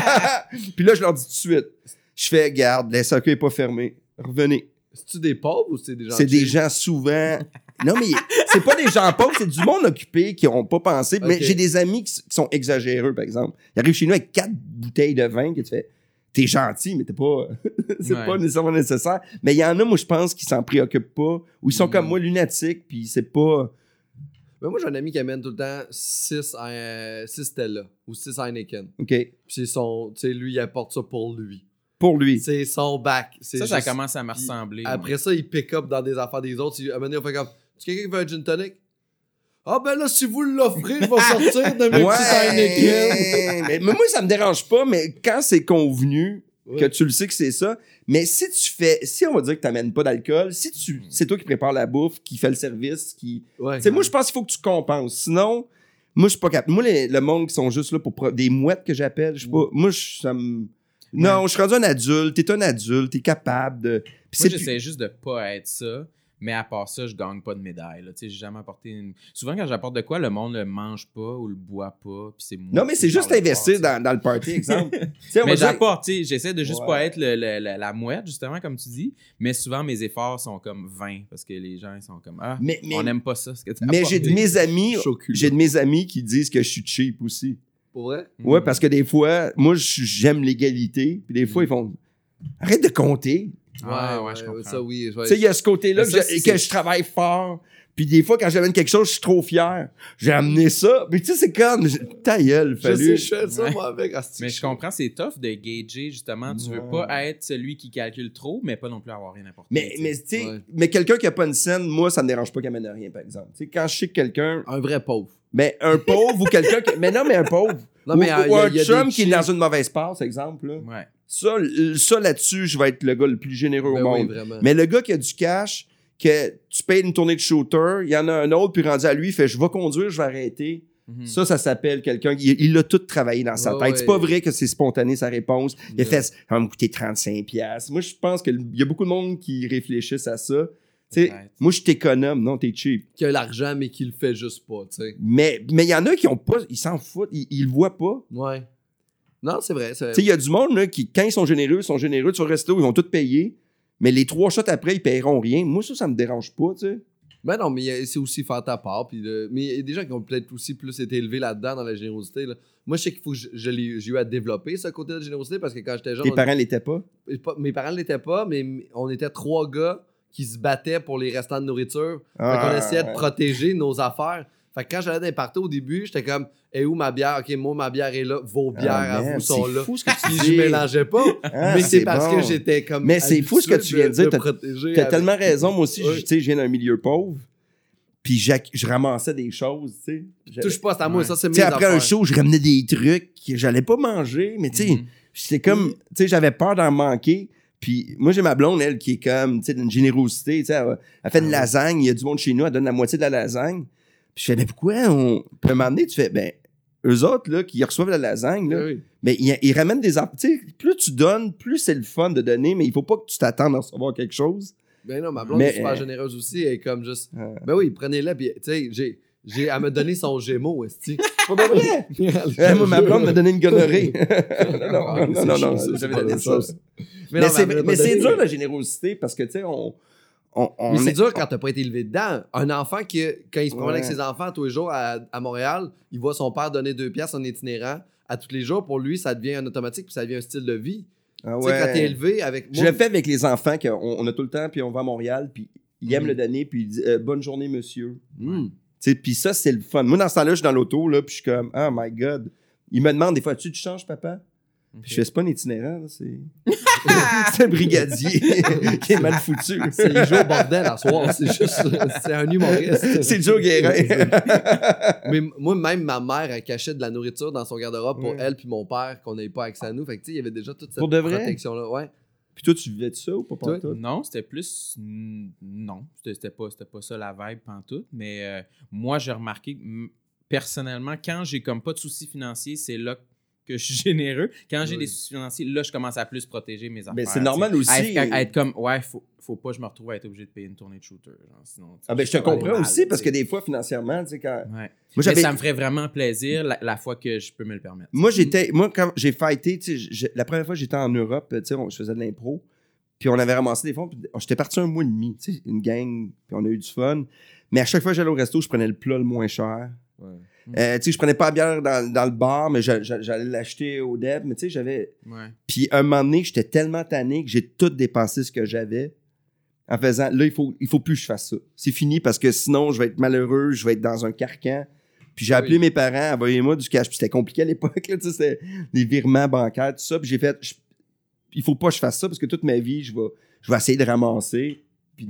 Puis là, je leur dis tout de suite. Je fais « Garde, la SAQ est pas fermée. Revenez. » C'est-tu des pauvres ou c'est des gens C'est des cheap? gens souvent... Non, mais c'est pas des gens pauvres, c'est du monde occupé qui n'ont pas pensé. Mais Ok. j'ai des amis qui sont exagéreux, par exemple. Ils arrivent chez nous avec 4 bouteilles de vin que tu fais... T'es gentil, mais t'es pas... c'est Ouais. pas nécessairement nécessaire. Mais il y en a, moi, je pense, qui s'en préoccupent pas. Ou ils sont comme moi, lunatiques, puis c'est pas... Ben, moi, j'ai un ami qui amène tout le temps 6 Stella ou 6 Heineken. OK. Puis c'est son... Tu sais, lui, il apporte ça pour lui. Pour lui. C'est son bac. C'est Ça juste- commence à me ressembler. Après ça, il pick up dans des affaires des autres. À un moment donné, on fait comme... Tu quelqu'un qui veut un gin tonic? Ah ben là, si vous l'offrez, je vais sortir de mes petits Heineken. mais moi, ça me dérange pas, mais quand c'est convenu, Ouais. que tu le sais que c'est ça, mais si on va dire que t'amènes pas d'alcool, c'est toi qui prépare la bouffe, qui fait le service, Ouais. tu sais, moi, je pense qu'il faut que tu compenses. Sinon, moi, je suis pas capable. Moi, le monde qui sont juste là pour des mouettes que j'appelle, je sais pas. Moi, ça me... Non, je suis rendu un adulte. T'es un adulte. T'es capable de... Puis Moi, c'est j'essaie juste de pas être ça. Mais à part ça, je gagne pas de médaille. Là. Tu sais, j'ai jamais apporté une... Souvent, quand j'apporte de quoi, le monde le mange pas ou le boit pas. Puis c'est moi Non, mais qui c'est juste parle investir fort, dans le party, exemple. Tu sais, on mais va dire- j'apporte, tu sais, j'essaie de juste Ouais. pas être la mouette, justement, comme tu dis. Mais souvent, mes efforts sont comme 20 parce que les gens ils sont comme Ah, Mais- on n'aime pas ça, ce que tu as Mais j'ai de mes amis, Choculé. j'ai de mes amis qui disent que je suis cheap aussi. Pour vrai? Ouais, parce que des fois, moi, j'aime l'égalité. Puis des fois, ils font arrête de compter. Ouais, je comprends. Ça, oui. Tu sais, il y a ce côté-là Mais ça, que je travaille fort. Puis des fois, quand j'amène quelque chose, je suis trop fier. J'ai amené ça. Mais tu sais, c'est comme ta gueule, Je fallu. sais, je fais ça, Ouais. moi, avec. Mais je comprends, c'est tough de gager, justement. Tu veux Ouais. pas être celui qui calcule trop, mais pas non plus avoir rien apporté. Mais tu sais. tu sais, Ouais. mais quelqu'un qui a pas une scène, moi, ça me dérange pas qu'il amène rien, par exemple. Tu sais, quand je sais que quelqu'un, Un vrai pauvre. mais un pauvre ou quelqu'un qui... Mais non, mais un pauvre. Non, mais, ou il y a un des chum qui est cheap. dans une mauvaise passe, exemple. Là. Ouais. Ça là-dessus, je vais être le gars le plus généreux Ben au oui, monde. vraiment. Mais le gars qui a du cash, que tu payes une tournée de shooter, il y en a un autre, puis rendu à lui, il fait « Je vais conduire, je vais arrêter. Mhm. Ça s'appelle quelqu'un... Il a tout travaillé dans sa Ouais, tête. ouais. C'est pas vrai que c'est spontané, sa réponse. Il a Ouais. fait « Ça va me coûter 35$. » Moi, je pense qu'il y a beaucoup de monde qui réfléchissent à ça. Tu sais, Peut-être. moi, je suis économe. Non, t'es cheap. Qui a l'argent, mais qui le fait juste pas, tu sais. Mais il y en a qui ont pas... Ils s'en foutent. Ils le voient pas. Ouais. Non, c'est vrai. Tu sais, il y a du monde là, qui, quand ils sont généreux. Tu vas au resto, ils vont tout payer. Mais les 3 shots après, ils paieront rien. Moi, ça me dérange pas, tu sais. Ben non, mais c'est aussi faire ta part. Mais il y a des gens qui ont peut-être aussi plus été élevés là-dedans dans la générosité. Là. Moi, je sais qu'il faut que j'ai eu à développer ce côté de générosité parce que quand j'étais jeune. Tes parents l'étaient pas? Mes parents ne l'étaient pas, mais on était 3 gars qui se battaient pour les restants de nourriture. Fait qu'on essayait de protéger nos affaires. Fait que quand j'allais dans les parties au début, j'étais comme où ma bière? Ok, moi, ma bière est là. Vos bières à vous sont là. C'est fou ce que tu Puis dis. je mélangeais pas. mais c'est parce que j'étais comme. Mais c'est fou ce que tu viens de dire. T'as tellement raison. Moi aussi, je viens d'un milieu pauvre. Puis je ramassais des choses, tu sais. Touche pas, c'est à moi, ça, c'est mes après affaires. un show, je ramenais des trucs que j'allais pas manger, mais tu sais, c'était comme, tu sais, j'avais peur d'en manquer. Puis moi, j'ai ma blonde, elle, qui est comme, tu sais, d'une générosité, tu sais, elle fait une lasagne, il y a du monde chez nous, elle donne la moitié de la lasagne. Puis je fais, mais pourquoi on peut m'amener? Tu fais, ben, eux autres, là, qui reçoivent la lasagne, là, ben, ils ramènent des affaires. Tu sais, plus tu donnes, plus c'est le fun de donner, mais il faut pas que tu t'attendes à recevoir quelque chose. Ben non, ma blonde est super généreuse aussi. Elle est comme juste. Ben oui, prenez-la. Puis, tu sais, elle m'a donné son Gémeaux, esti. Pas de vrai. Moi, ma blonde m'a donné une gonorrhée. non, j'avais donné ça. Mais c'est dur, la générosité, parce que, tu sais, mais c'est dur quand t'as pas été élevé dedans. Un enfant qui, quand il se promène avec ses enfants tous les jours à Montréal, il voit son père donner 2 piastres en itinérant à tous les jours. Pour lui, ça devient un automatique puis ça devient un style de vie. Ah tu sais, quand t'es élevé avec... Je le fais avec les enfants, qu'on a tout le temps, puis on va à Montréal, puis ils aiment le donner, puis ils disent « Bonne journée, monsieur ». Puis ça, c'est le fun. Moi, dans ce temps-là, je suis dans l'auto, là, puis je suis comme « Oh my God ». Ils me demandent des fois « Tu changes, papa? » Puis je fais, c'est pas un itinérant, là, c'est un brigadier qui est mal foutu. Il joue au bordel à soir, c'est juste, c'est un humoriste. C'est Joe Guérin. Mais moi, même ma mère, elle cachait de la nourriture dans son garde-robe pour elle puis mon père, qu'on n'avait pas accès à nous. Fait que, tu sais, il y avait déjà toute cette protection-là. Ouais. Puis toi, tu vivais de ça ou pas pantoute? Non, c'était plus... Non, c'était pas ça la vibe pantoute. Mais moi, j'ai remarqué, personnellement, quand j'ai comme pas de soucis financiers, c'est là que je suis généreux. Quand j'ai des soucis financiers, là, je commence à plus protéger mes affaires. Mais c'est normal aussi. À être comme, faut pas que je me retrouve à être obligé de payer une tournée de shooter. Genre, sinon, ben, je te comprends aussi, parce que des fois, financièrement, tu sais, quand... Ouais. Moi, ça me ferait vraiment plaisir la fois que je peux me le permettre. Moi, quand j'ai fighté, tu sais, la première fois que j'étais en Europe, tu sais, je faisais de l'impro, puis on avait ramassé des fonds, puis j'étais parti 1 mois et demi, tu sais, une gang, puis on a eu du fun. Mais à chaque fois que j'allais au resto, je prenais le plat le moins cher. Ouais. Tu sais, je prenais pas la bière dans le bar, mais j'allais l'acheter au Deb, mais tu sais, j'avais... Ouais. Puis un moment donné, j'étais tellement tanné que j'ai tout dépensé ce que j'avais en faisant, là, il faut plus que je fasse ça. C'est fini parce que sinon, je vais être malheureux, je vais être dans un carcan. Puis j'ai appelé mes parents, envoyez-moi du cash. Puis c'était compliqué à l'époque, là, tu sais, c'était des virements bancaires, tout ça. Puis j'ai fait, il faut pas que je fasse ça parce que toute ma vie, je vais essayer de ramasser. Puis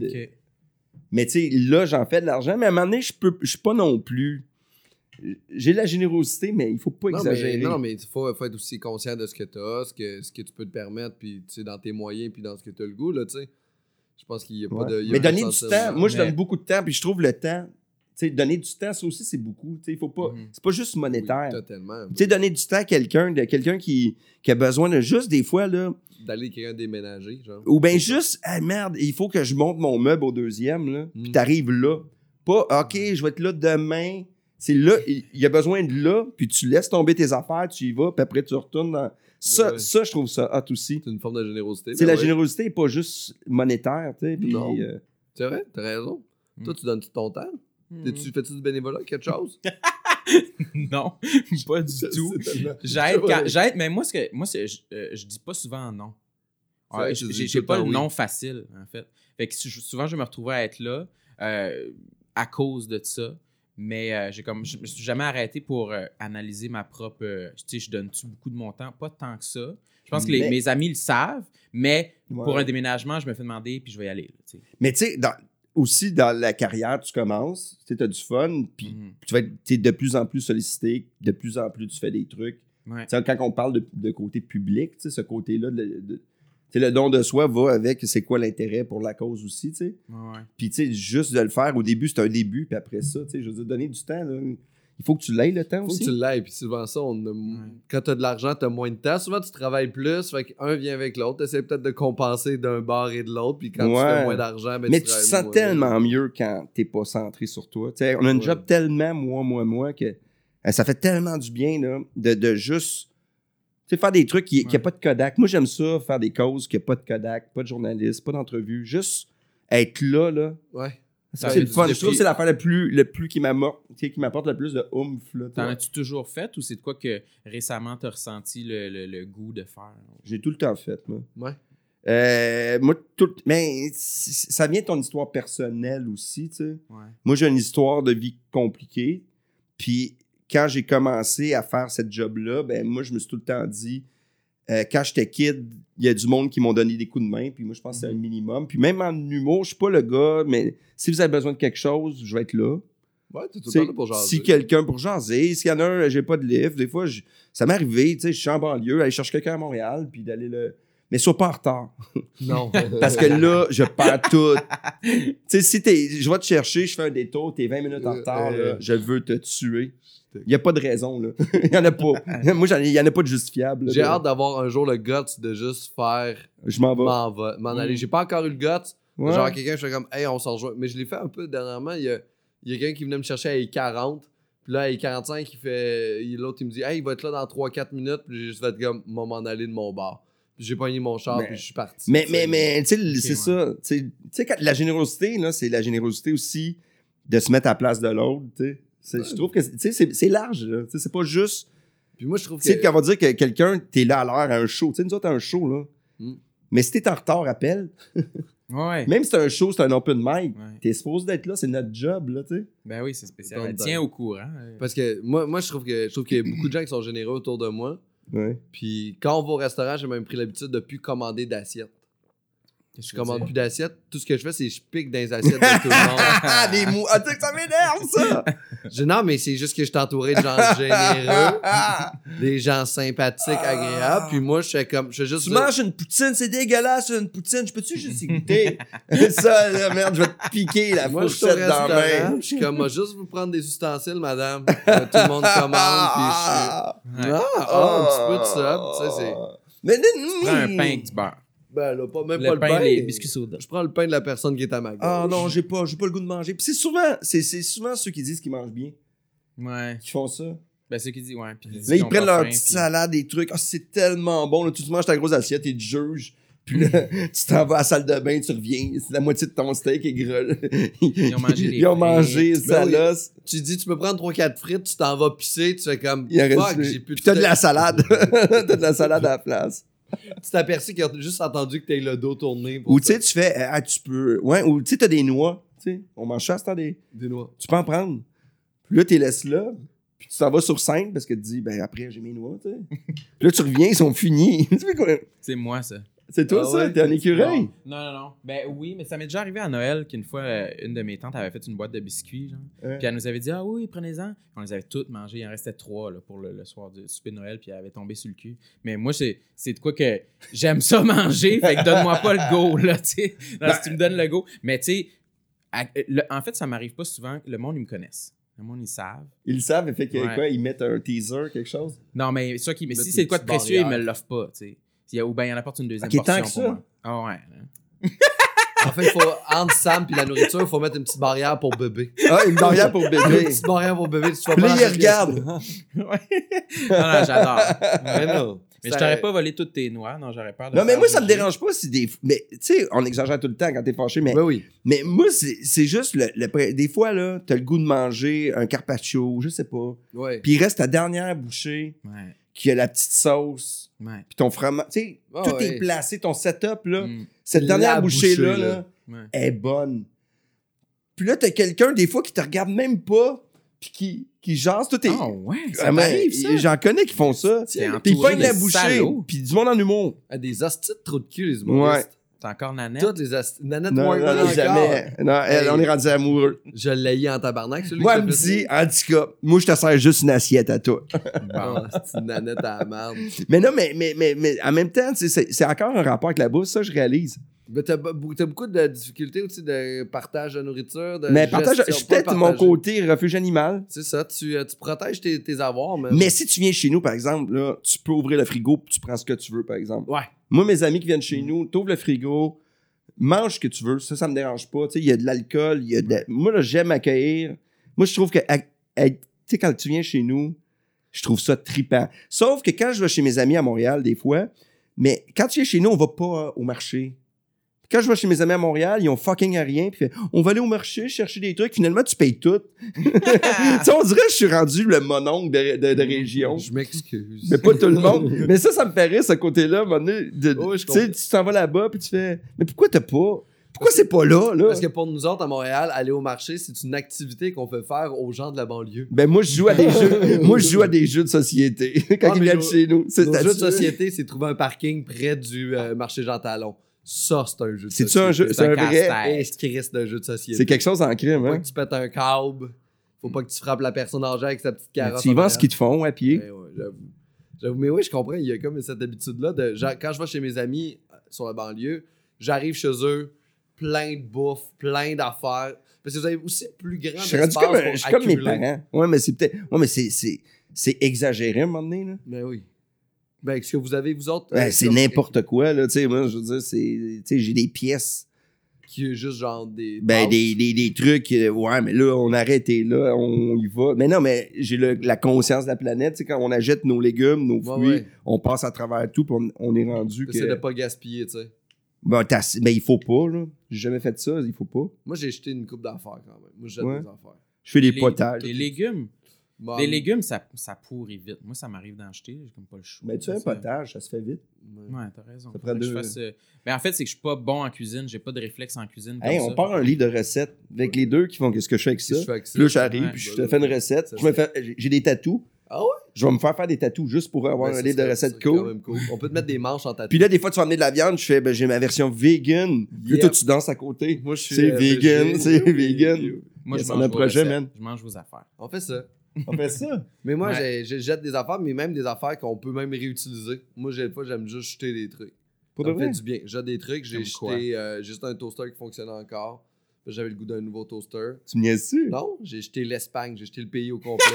Mais tu sais, là, j'en fais de l'argent, mais à un moment donné, je suis pas non plus... J'ai de la générosité, mais il faut pas exagérer. Mais il faut être aussi conscient de ce que tu as, ce que tu peux te permettre, puis tu sais, dans tes moyens, puis dans ce que tu as le goût, là, tu sais. Je pense qu'il n'y a pas de... Mais donner du temps, moi, je donne beaucoup de temps, puis je trouve le temps, tu sais, donner du temps, ça aussi, c'est beaucoup. Tu sais, il faut pas... C'est pas juste monétaire. Oui, totalement. Tu sais, donner du temps à quelqu'un qui a besoin de juste, des fois, là... D'aller quelqu'un déménager, genre. Ou bien juste, ah merde, il faut que je monte mon meuble au 2e, là, puis t'arrives là. Pas, OK, je vais être là demain... C'est là, il y a besoin de là, puis tu laisses tomber tes affaires, tu y vas, puis après tu retournes dans... Ça, je trouve ça hot aussi. C'est une forme de générosité. C'est la générosité n'est pas juste monétaire, tu sais. Non. C'est vrai, t'as raison. Toi, tu donnes ton temps? Fais-tu du bénévolat, quelque chose? Non, pas du tout. J'aide, mais moi, je dis pas souvent non. J'ai pas le non facile, en fait. Fait que souvent, je me retrouvais à être là à cause de ça. Mais je me suis jamais arrêté pour analyser ma propre... tu sais, je donne-tu beaucoup de mon temps? Pas tant que ça. Je pense que mes amis le savent, mais pour un déménagement, je me fais demander, puis je vais y aller. Là, t'sais. Mais tu sais, aussi dans la carrière, tu commences, tu as du fun, puis tu vas être de plus en plus sollicité, de plus en plus tu fais des trucs. Ouais. Quand on parle de côté public, ce côté-là, le don de soi va avec c'est quoi l'intérêt pour la cause aussi, tu sais. Ouais. Puis, tu sais, juste de le faire, au début, c'est un début, puis après ça, tu sais, je veux dire, donner du temps, là, il faut que tu l'aies le temps aussi. Il faut que tu l'aies, puis souvent ça, quand t'as de l'argent, t'as moins de temps. Souvent, tu travailles plus, fait qu'un vient avec l'autre. T'essaies peut-être de compenser d'un bord et de l'autre, puis quand tu fais moins d'argent, mais tu te sens tellement mieux quand t'es pas centré sur toi. Tu sais, on a une job tellement, moi, que ça fait tellement du bien, là, de juste... Tu sais, faire des trucs qui a pas de Kodak. Moi, j'aime ça, faire des causes qui a pas de Kodak, pas de journaliste, pas d'entrevue. Juste être là. Ouais. C'est le fun. Je trouve que c'est l'affaire le plus qui m'apporte le plus de oomph. Là, t'en as-tu toujours fait ou c'est de quoi que récemment t'as ressenti le goût de faire? J'ai tout le temps fait, moi. Ouais. Moi, mais ça vient de ton histoire personnelle aussi, tu sais. Ouais. Moi, j'ai une histoire de vie compliquée. Puis, quand j'ai commencé à faire cette job-là, ben moi, je me suis tout le temps dit, quand j'étais kid, il y a du monde qui m'ont donné des coups de main. Puis moi, je pense que c'est un minimum. Puis même en humour, je suis pas le gars, mais si vous avez besoin de quelque chose, je vais être là. Ouais, t'es tout le temps là pour jaser. Si quelqu'un pour jaser, s'il y en a un, j'ai pas de livre. Des fois, ça m'est arrivé, tu sais, je suis en banlieue, aller chercher quelqu'un à Montréal, puis d'aller le... Mais sois pas en retard. Non. Parce que là, je perds tout. Tu sais, si je vais te chercher, je fais un détour, t'es 20 minutes en retard, là, je veux te tuer. Il n'y a pas de raison, là. Il n'y en a pas. Moi, il n'y en a pas de justifiable. Là, j'ai hâte d'avoir un jour le guts de juste faire... Je m'en vais. M'en aller. J'ai pas encore eu le guts. Ouais. Genre, quelqu'un, je fais comme, hey, on s'en rejoint. Mais je l'ai fait un peu dernièrement. Il y a quelqu'un qui venait me chercher à 40. Puis là, à 45, l'autre, il me dit, hey, il va être là dans 3-4 minutes. Puis j'ai juste fait comme, m'en aller de mon bar. Puis j'ai pogné mon char, puis je suis parti. Mais tu sais, c'est ça. Tu sais, la générosité, là, c'est la générosité aussi de se mettre à la place de l'autre, tu sais. Je trouve que c'est large, là. C'est pas juste. Puis moi, je trouve que. Tu sais, quand on va dire que quelqu'un, t'es là à l'heure à un show. Tu sais, nous autres, à un show, là. Mais si t'es en retard, appelle. Ouais. Même si c'est un show, c'est un open mic, Ouais. t'es supposé d'être là, c'est notre job, là, tu sais. Ben oui, c'est spécial. Donc, Tiens au courant. Parce que moi, je trouve qu'il y a beaucoup de gens qui sont généreux autour de moi. Ouais. Puis quand on va au restaurant, j'ai même pris l'habitude de plus commander d'assiettes. Je commande plus d'assiettes. Tout ce que je fais, c'est que je pique dans les assiettes de tout le monde. Ah, des mots. Ah, tu sais que ça m'énerve, ça! Non, mais c'est juste que je suis entouré de gens généreux, des gens sympathiques, agréables. Puis moi, je fais comme. Je fais juste Tu manges une poutine, c'est dégueulasse, une poutine. Je peux-tu juste y goûter? Ça, là, merde, je vais te piquer la moi, je suis au fourchette dans la restaurant. main. Je suis comme, moi, juste vous prendre des ustensiles, madame. Tout le monde commande. Puis je suis. Ouais. Un petit peu de ça. Tu sais, c'est. Mais Tu prends un pain avec du beurre. Ben là, même Le pas le pain, pain. les biscuits soda. Je prends le pain de la personne qui est à ma gauche. Ah non, j'ai pas le goût de manger. Puis c'est souvent ceux qui disent qu'ils mangent bien Ouais. qui font ça. Ben, ceux qui disent, ouais. Puis Là, ils prennent leur petite salade, des trucs. Ah, c'est tellement bon. Là, tu manges ta grosse assiette et tu juges. Puis là, tu t'en vas à la salle de bain, tu reviens. C'est la moitié de ton steak est gras. Ils ont mangé les Ils ont mangé frites. ça Ben oui. là. Tu dis, tu peux prendre 3-4 frites, tu t'en vas pisser, tu fais comme, Il en reste fuck, plus. j'ai plus de Puis t'as de steak. la salade. T'as de la salade à la place. Tu t'aperçus qu'il a juste entendu que t'aies le dos tourné. pour Ou tu ça. sais, tu fais, ah, tu peux. Ouais, ou tu sais, t'as des noix. Tu sais, on mange ça, c'est des. Des noix. Tu peux en prendre. Puis là, tu les laisses là. Puis tu t'en vas sur scène parce que tu dis, ben après, j'ai mes noix, tu sais. Puis là, tu reviens, ils sont finis. Tu fais quoi? C'est moi, ça. C'est toi, Ah ça? ouais? T'es un écureuil? Non. Ben oui, mais ça m'est déjà arrivé à Noël qu'une fois, une de mes tantes avait fait une boîte de biscuits, genre. Ouais. Puis elle nous avait dit, ah oui, prenez-en. On les avait toutes mangées. Il en restait 3 là, pour le soir du souper de Noël, puis elle avait tombé sur le cul. Mais moi, c'est de quoi que j'aime ça manger, fait que donne-moi pas le go, là, tu sais. Non, si tu me donnes le go. Mais tu sais, en fait, ça m'arrive pas souvent que le monde, ils me connaissent. Le monde, ils savent. Ils le savent, fait que Ouais. quoi? Ils mettent un teaser, quelque chose? Non, mais c'est sûr mais Mettre si une c'est de quoi de petite précieux, ils me barrière. l'offrent pas, tu sais. Ou bien il en apporte une deuxième Ok, tant portion que pour ça. moi. Ah ouais. En fait, il faut, entre Sam et la nourriture, il faut mettre une petite barrière pour bébé. Ah, une barrière pour Une bébé. petite barrière pour bébé. Tu vas Puis là, manger il regarde. Ouais. Non, j'adore. Mais non. Mais je t'aurais pas volé toutes tes noix, non, j'aurais peur de Non, mais faire moi, ça me juger. dérange pas si des. Mais, tu sais, on exagère tout le temps quand t'es fâché, mais. Ben oui. Mais moi, c'est juste des fois, là, t'as le goût de manger un carpaccio, je sais pas. Ouais. Puis il reste ta dernière bouchée Ouais, qui a la petite sauce, ouais. puis ton fromage. Tu sais, Ah tout ouais. est placé, ton setup, là. Mm, Cette La dernière bouchée-là, bouchée, là, ouais. est bonne. Puis là, t'as quelqu'un, des fois, qui te regarde même pas, puis qui jase. Tout est. Ah ouais, ça Ah, mais m'arrive, ça. J'en connais qui font ça. T'es Puis ils entouré pognent la de bouchée, salauds. puis du monde en humour. Ah, des hosties de trous de cul, les humoristes. T'es encore nanette? Toutes les hosties. Nanette Non, Morgan non, encore. jamais. Non, Hey. on est rendu amoureux. Je l'ai eu en tabarnak, celui Moi, qui elle me t'a fait dit, ça. en tout cas, moi, je te sers juste une assiette à toi. Ah, c'est une nanette à la merde. Mais non, mais en même temps, tu sais, c'est encore un rapport avec la bouffe, ça, je réalise. Mais t'as beaucoup de difficultés aussi de partage de nourriture. Mais partage, je suis peut-être mon côté refuge animal. C'est ça, tu protèges tes avoirs, mais. Mais si tu viens chez nous, par exemple, là, tu peux ouvrir le frigo puis tu prends ce que tu veux, par exemple. Ouais. Moi, mes amis qui viennent chez nous, t'ouvres le frigo, mange ce que tu veux. Ça me dérange pas. Tu sais, il y a de l'alcool, il y a de... Moi, là, j'aime accueillir. Moi, je trouve que, tu sais, quand tu viens chez nous, je trouve ça trippant. Sauf que quand je vais chez mes amis à Montréal, des fois, mais quand tu viens chez nous, on va pas au marché. Quand je vais chez mes amis à Montréal, ils ont fucking rien. Puis on va aller au marché chercher des trucs. Finalement, tu payes tout. Tu sais, on dirait que je suis rendu le mononcle de région. Je m'excuse. Mais pas tout le monde. Mais ça me fait rire, ce côté-là. À un moment donné, tu sais, tu t'en vas là-bas, puis tu fais... Mais pourquoi t'as pas... Pourquoi c'est pas là? Parce que pour nous autres, à Montréal, aller au marché, c'est une activité qu'on peut faire aux gens de la banlieue. Ben moi, je joue à des jeux. Moi, je joue à des jeux de société quand ils viennent chez nous. Nos jeux de société, c'est trouver un parking près du marché Jean Talon. Ça, c'est un jeu de société. C'est-tu un jeu? C'est un vrai... Est-ce d'un jeu de société? C'est quelque chose en crime, Faut hein? pas que tu pètes un câble. Faut pas que tu frappes la personne âgée avec sa petite carotte. Tu y vas ce qu'ils te font à pied. Ouais, j'avoue. Mais oui, je comprends. Il y a comme cette habitude-là de... Quand je vais chez mes amis sur la banlieue, j'arrive chez eux, plein de bouffe, plein d'affaires. Parce que vous avez aussi plus grand espace pour accumuler. Je suis comme mes parents. Ouais, mais c'est peut-être... Ouais, mais c'est exagéré à un moment donné, là. Ben oui. Ben, est-ce que vous avez, vous autres... c'est n'importe quoi, là. Tu sais, moi, je veux dire, tu sais, j'ai des pièces. Qui est juste genre des... Ben, des trucs... ouais, mais là, on arrête et là, on y va. Mais non, mais j'ai la conscience de la planète. Tu sais, quand on achète nos légumes, nos fruits, on passe à travers tout, puis on est rendu que... C'est de pas gaspiller, tu sais. Ben, il faut pas, là. J'ai jamais fait ça, il faut pas. Moi, j'ai jeté une coupe d'affaires, quand même. Moi, je jette des affaires. Je fais des potages. Les légumes... Les légumes, ça pourrit vite. Moi, ça m'arrive d'en jeter. J'ai comme pas le choix. Mais tu fais un potage, ça se fait vite. Ouais, t'as raison. Ça prend Mais en fait, c'est que je suis pas bon en cuisine. J'ai pas de réflexe en cuisine. Hey, on part un livre de recettes avec les deux qui font qu'est-ce que je fais avec ça. Là, j'arrive, puis je te fais une recette. J'ai des tatous. Ah ouais? Je vais me faire des tatous juste pour avoir un livre de recettes cool. On peut te mettre des manches en tatou. Puis là, des fois, tu vas amener de la viande, je fais, j'ai ma version vegan. Puis là, toi, tu danses à côté. Moi, je suis. C'est vegan, c'est vegan. Moi, je mange vos affaires. On fait ça. On fait ça. Mais moi, je jette des affaires, mais même des affaires qu'on peut même réutiliser. Moi, des fois, j'aime juste jeter des trucs. Pour ça de me fait vrai? du bien. J'ai des trucs, j'ai jeté juste un toaster qui fonctionne encore. J'avais le goût d'un nouveau toaster. Tu me niaises-tu? Non, j'ai jeté l'Espagne, j'ai jeté le pays au complet.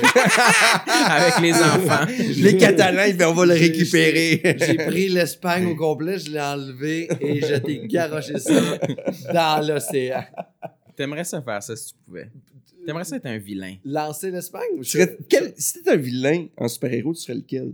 Avec les enfants. Les Catalans, on va le récupérer. J'ai pris l'Espagne au complet, je l'ai enlevé et je t'ai garoché ça dans l'océan. T'aimerais ça faire ça si tu pouvais? T'aimerais ça être un vilain? Lancer l'Espagne? Si t'étais un vilain en super-héros, tu serais lequel?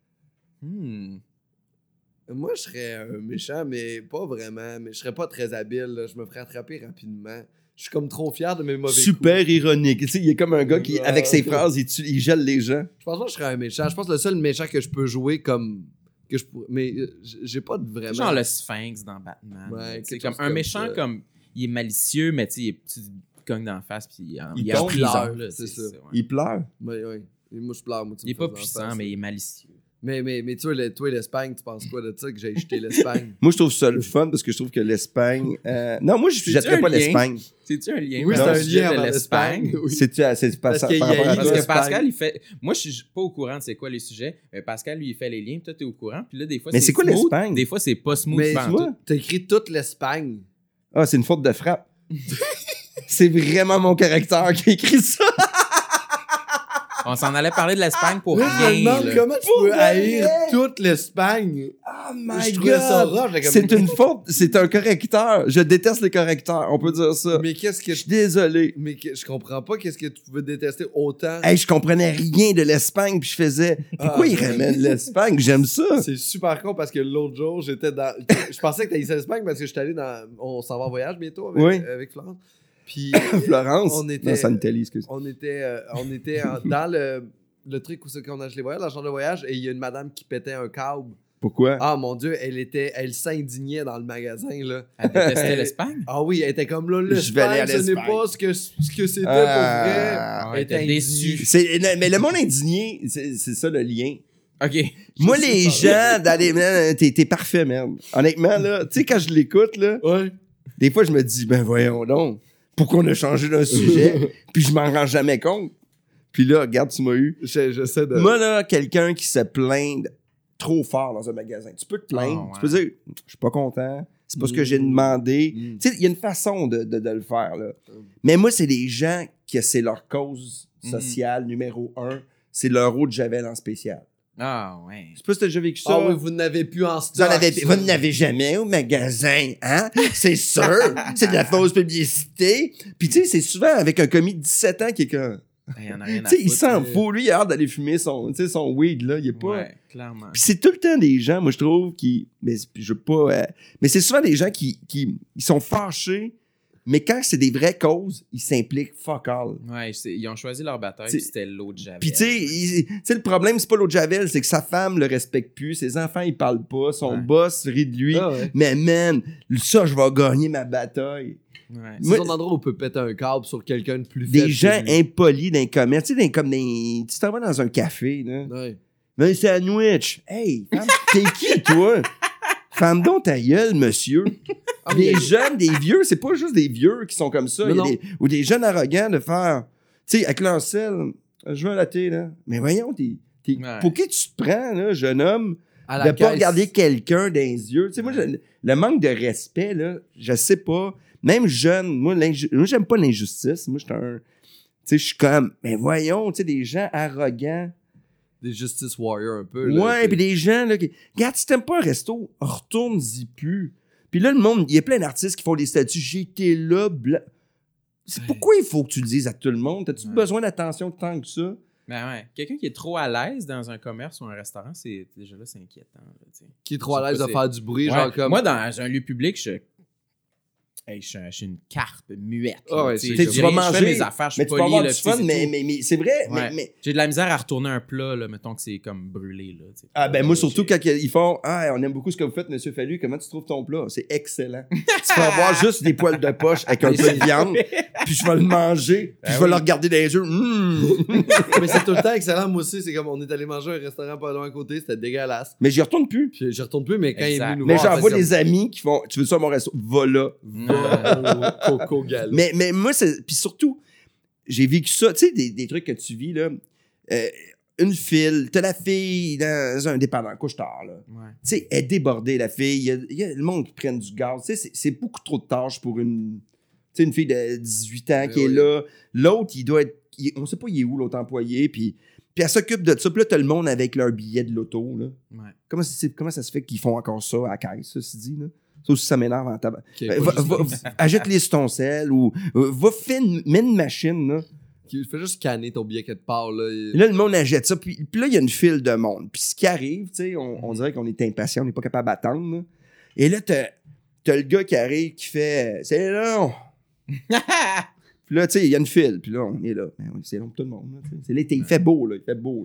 Moi, je serais un méchant, mais pas vraiment. Mais je serais pas très habile. Là. Je me ferais attraper rapidement. Je suis comme trop fier de mes mauvais Super ironique. Tu sais, il y a comme un gars qui, avec ses phrases, il gèle les gens. Je pense pas que je serais un méchant. Je pense que le seul méchant que je peux jouer comme... Mais j'ai pas de vraiment... Genre le Sphinx dans Batman. Ouais, c'est comme un méchant ça. Comme... Il est malicieux, mais tu cognes d'en face puis il pleure. C'est ça. Ouais. Il pleure? Oui. Moi, je pleure. Moi, il est pas puissant, mais il est malicieux. Mais toi, l'Espagne, tu penses quoi de ça que j'ai jeté l'Espagne? Moi, je trouve ça le fun parce que je trouve que l'Espagne... Non, moi, je ne jetterais pas l'Espagne. C'est-tu un lien? Oui, c'est un lien avec l'Espagne. Oui. C'est parce que Pascal, il fait... Moi, je suis pas au courant de c'est quoi les sujets. Mais Pascal, lui, il fait les liens. Toi, t'es au courant. Puis là, des fois, mais c'est quoi l'Espagne? Des fois, c'est pas smooth. Mais t'as écrit toute l'Espagne. Ah, c'est une faute de frappe. C'est vraiment mon caractère qui a écrit ça. On s'en allait parler de l'Espagne pour rien. Je me demande comment tu peux haïr toute l'Espagne. Oh my God! C'est une faute. C'est un correcteur. Je déteste les correcteurs. On peut dire ça. Mais qu'est-ce que... Je suis désolé. Mais je comprends pas qu'est-ce que tu pouvais détester autant. Hey, je comprenais rien de l'Espagne puis je faisais... Pourquoi ils ramènent l'Espagne? J'aime ça. C'est super con parce que l'autre jour, j'étais dans... Je pensais que t'haïssais l'Espagne parce que j'étais allé dans... On s'en va en voyage bientôt avec Florence. Puis Florence, on était, non, Italie, excuse. On était dans le truc où c'est qu'on a acheté les voyages, l'argent de voyage, et il y a une madame qui pétait un câble. Pourquoi? Ah mon Dieu, elle s'indignait dans le magasin là. Elle détestait l'Espagne? Ah oui, elle était comme là, l'Espagne, ce n'est pas ce que c'était pour vrai. Elle était déçue. Mais le monde indigné, c'est ça le lien. OK. Moi, les gens, t'es parfait, merde. Honnêtement, là, tu sais, quand je l'écoute, là, des fois, je me dis, ben voyons donc. Pourquoi on a changé d'un sujet, puis je m'en rends jamais compte. Puis là, regarde, tu m'as eu. J'essaie de... Moi, là, quelqu'un qui se plaint trop fort dans un magasin, tu peux te plaindre, tu peux dire, je suis pas content, c'est pas ce que j'ai demandé. Tu sais, il y a une façon de le faire, là. Mais moi, c'est des gens que c'est leur cause sociale numéro 1, c'est l'euro de Javel en spécial. Ah, ouais. Je sais pas si t'as déjà vécu ça. Ah oui, vous n'avez plus en stock. Vous n'avez jamais au magasin, hein? C'est sûr. C'est de la fausse publicité. Puis tu sais, c'est souvent avec un commis de 17 ans qui est comme... Il y en a rien à Tu sais, il foutre, s'en fout. Lui, il a hâte d'aller fumer son weed, là. Il est pas... Ouais, clairement. Puis c'est tout le temps des gens, moi, je trouve, qui... Mais je veux pas... mais c'est souvent des gens qui ils sont fâchés, mais quand c'est des vraies causes, ils s'impliquent fuck all. Ouais, ils ont choisi leur bataille, puis c'était l'eau de Javel. Puis tu sais, le problème, c'est pas l'eau de Javel, c'est que sa femme le respecte plus, ses enfants, ils parlent pas, son boss rit de lui. Ah ouais. Mais man, ça, je vais gagner ma bataille. Ouais. C'est son endroit où on peut péter un câble sur quelqu'un de plus faible. Des gens impolis dans les commerces, tu sais, comme tu t'en vas dans un café, là. Ouais. Mais c'est un sandwich. Hey, femme, t'es qui, toi? Femme donc ta gueule, monsieur. Des jeunes, des vieux, c'est pas juste des vieux qui sont comme ça. Ou des jeunes arrogants de faire, tu sais, avec leur sel, je veux un latte, là. Mais voyons, pour qui tu te prends, là, jeune homme, de pas regarder quelqu'un dans les yeux? Tu sais, moi, le manque de respect, là, je sais pas. Même jeune, moi, j'aime pas l'injustice. Moi, je suis comme, mais voyons, tu sais, des gens arrogants. Des justice warriors un peu. Là, ouais, puis des gens, là, regarde, si t'aimes pas un resto, retourne-y plus. Puis là, le monde, il y a plein d'artistes qui font des statuts, j'étais là, C'est pourquoi il faut que tu le dises à tout le monde? T'as-tu besoin d'attention tant que ça? Ben ouais. Quelqu'un qui est trop à l'aise dans un commerce ou un restaurant, c'est déjà là, c'est inquiétant. Là, qui est trop à l'aise de faire du bruit, genre comme... Moi, dans un lieu public, je suis une carpe muette. Oh ouais, tu vas manger, je fais mes affaires, je suis mais tu vas avoir du fun, mais c'est vrai. Ouais. Mais... J'ai de la misère à retourner un plat, là, mettons que c'est comme brûlé. Là, ben moi, surtout quand ils font « Ah, on aime beaucoup ce que vous faites, Monsieur Fallu. Comment tu trouves ton plat? » C'est excellent. Tu peux avoir juste des poils de poche avec un peu de viande, puis je vais le manger, puis je vais le regarder dans les yeux. Mais c'est tout le temps excellent. Moi aussi, c'est comme on est allé manger à un restaurant pas loin à côté, c'était dégueulasse. Mais j'y retourne plus. Puis j'y retourne plus, mais quand il est venu nous voir... Mais j'en vois des amis qui font « Tu veux ça à mon resto? Va là. » Coco galop. Mais moi, puis surtout, j'ai vécu ça, tu sais, des trucs que tu vis, là. Une file, t'as la fille dans un dépanneur, couche-tard, là. Ouais. Tu sais, elle est débordée, la fille. Il y a le monde qui prenne du gaz. Tu sais, c'est beaucoup trop de tâches pour une fille de 18 ans qui est là. L'autre, il doit être... on sait pas il est où, l'autre employé, puis elle s'occupe de ça. Puis là, t'as le monde avec leur billet de l'auto, là. Ouais. Comment ça se fait qu'ils font encore ça à la caisse, ça, se dit, là? Ça aussi, ça m'énerve en tabac. Achète-les sur ton sel ou mets une machine, là. Fais juste scanner ton billet quelque part, là. Et là, le monde achète ça. Puis là, il y a une file de monde. Puis ce qui arrive, tu sais, on dirait qu'on est impatient, on n'est pas capable d'attendre, là. Et là, t'as le gars qui arrive qui fait « C'est long! » Puis là, tu sais, il y a une file. Puis là, on est là. Ben, c'est long pour tout le monde, là. C'est l'été. Il fait beau, là.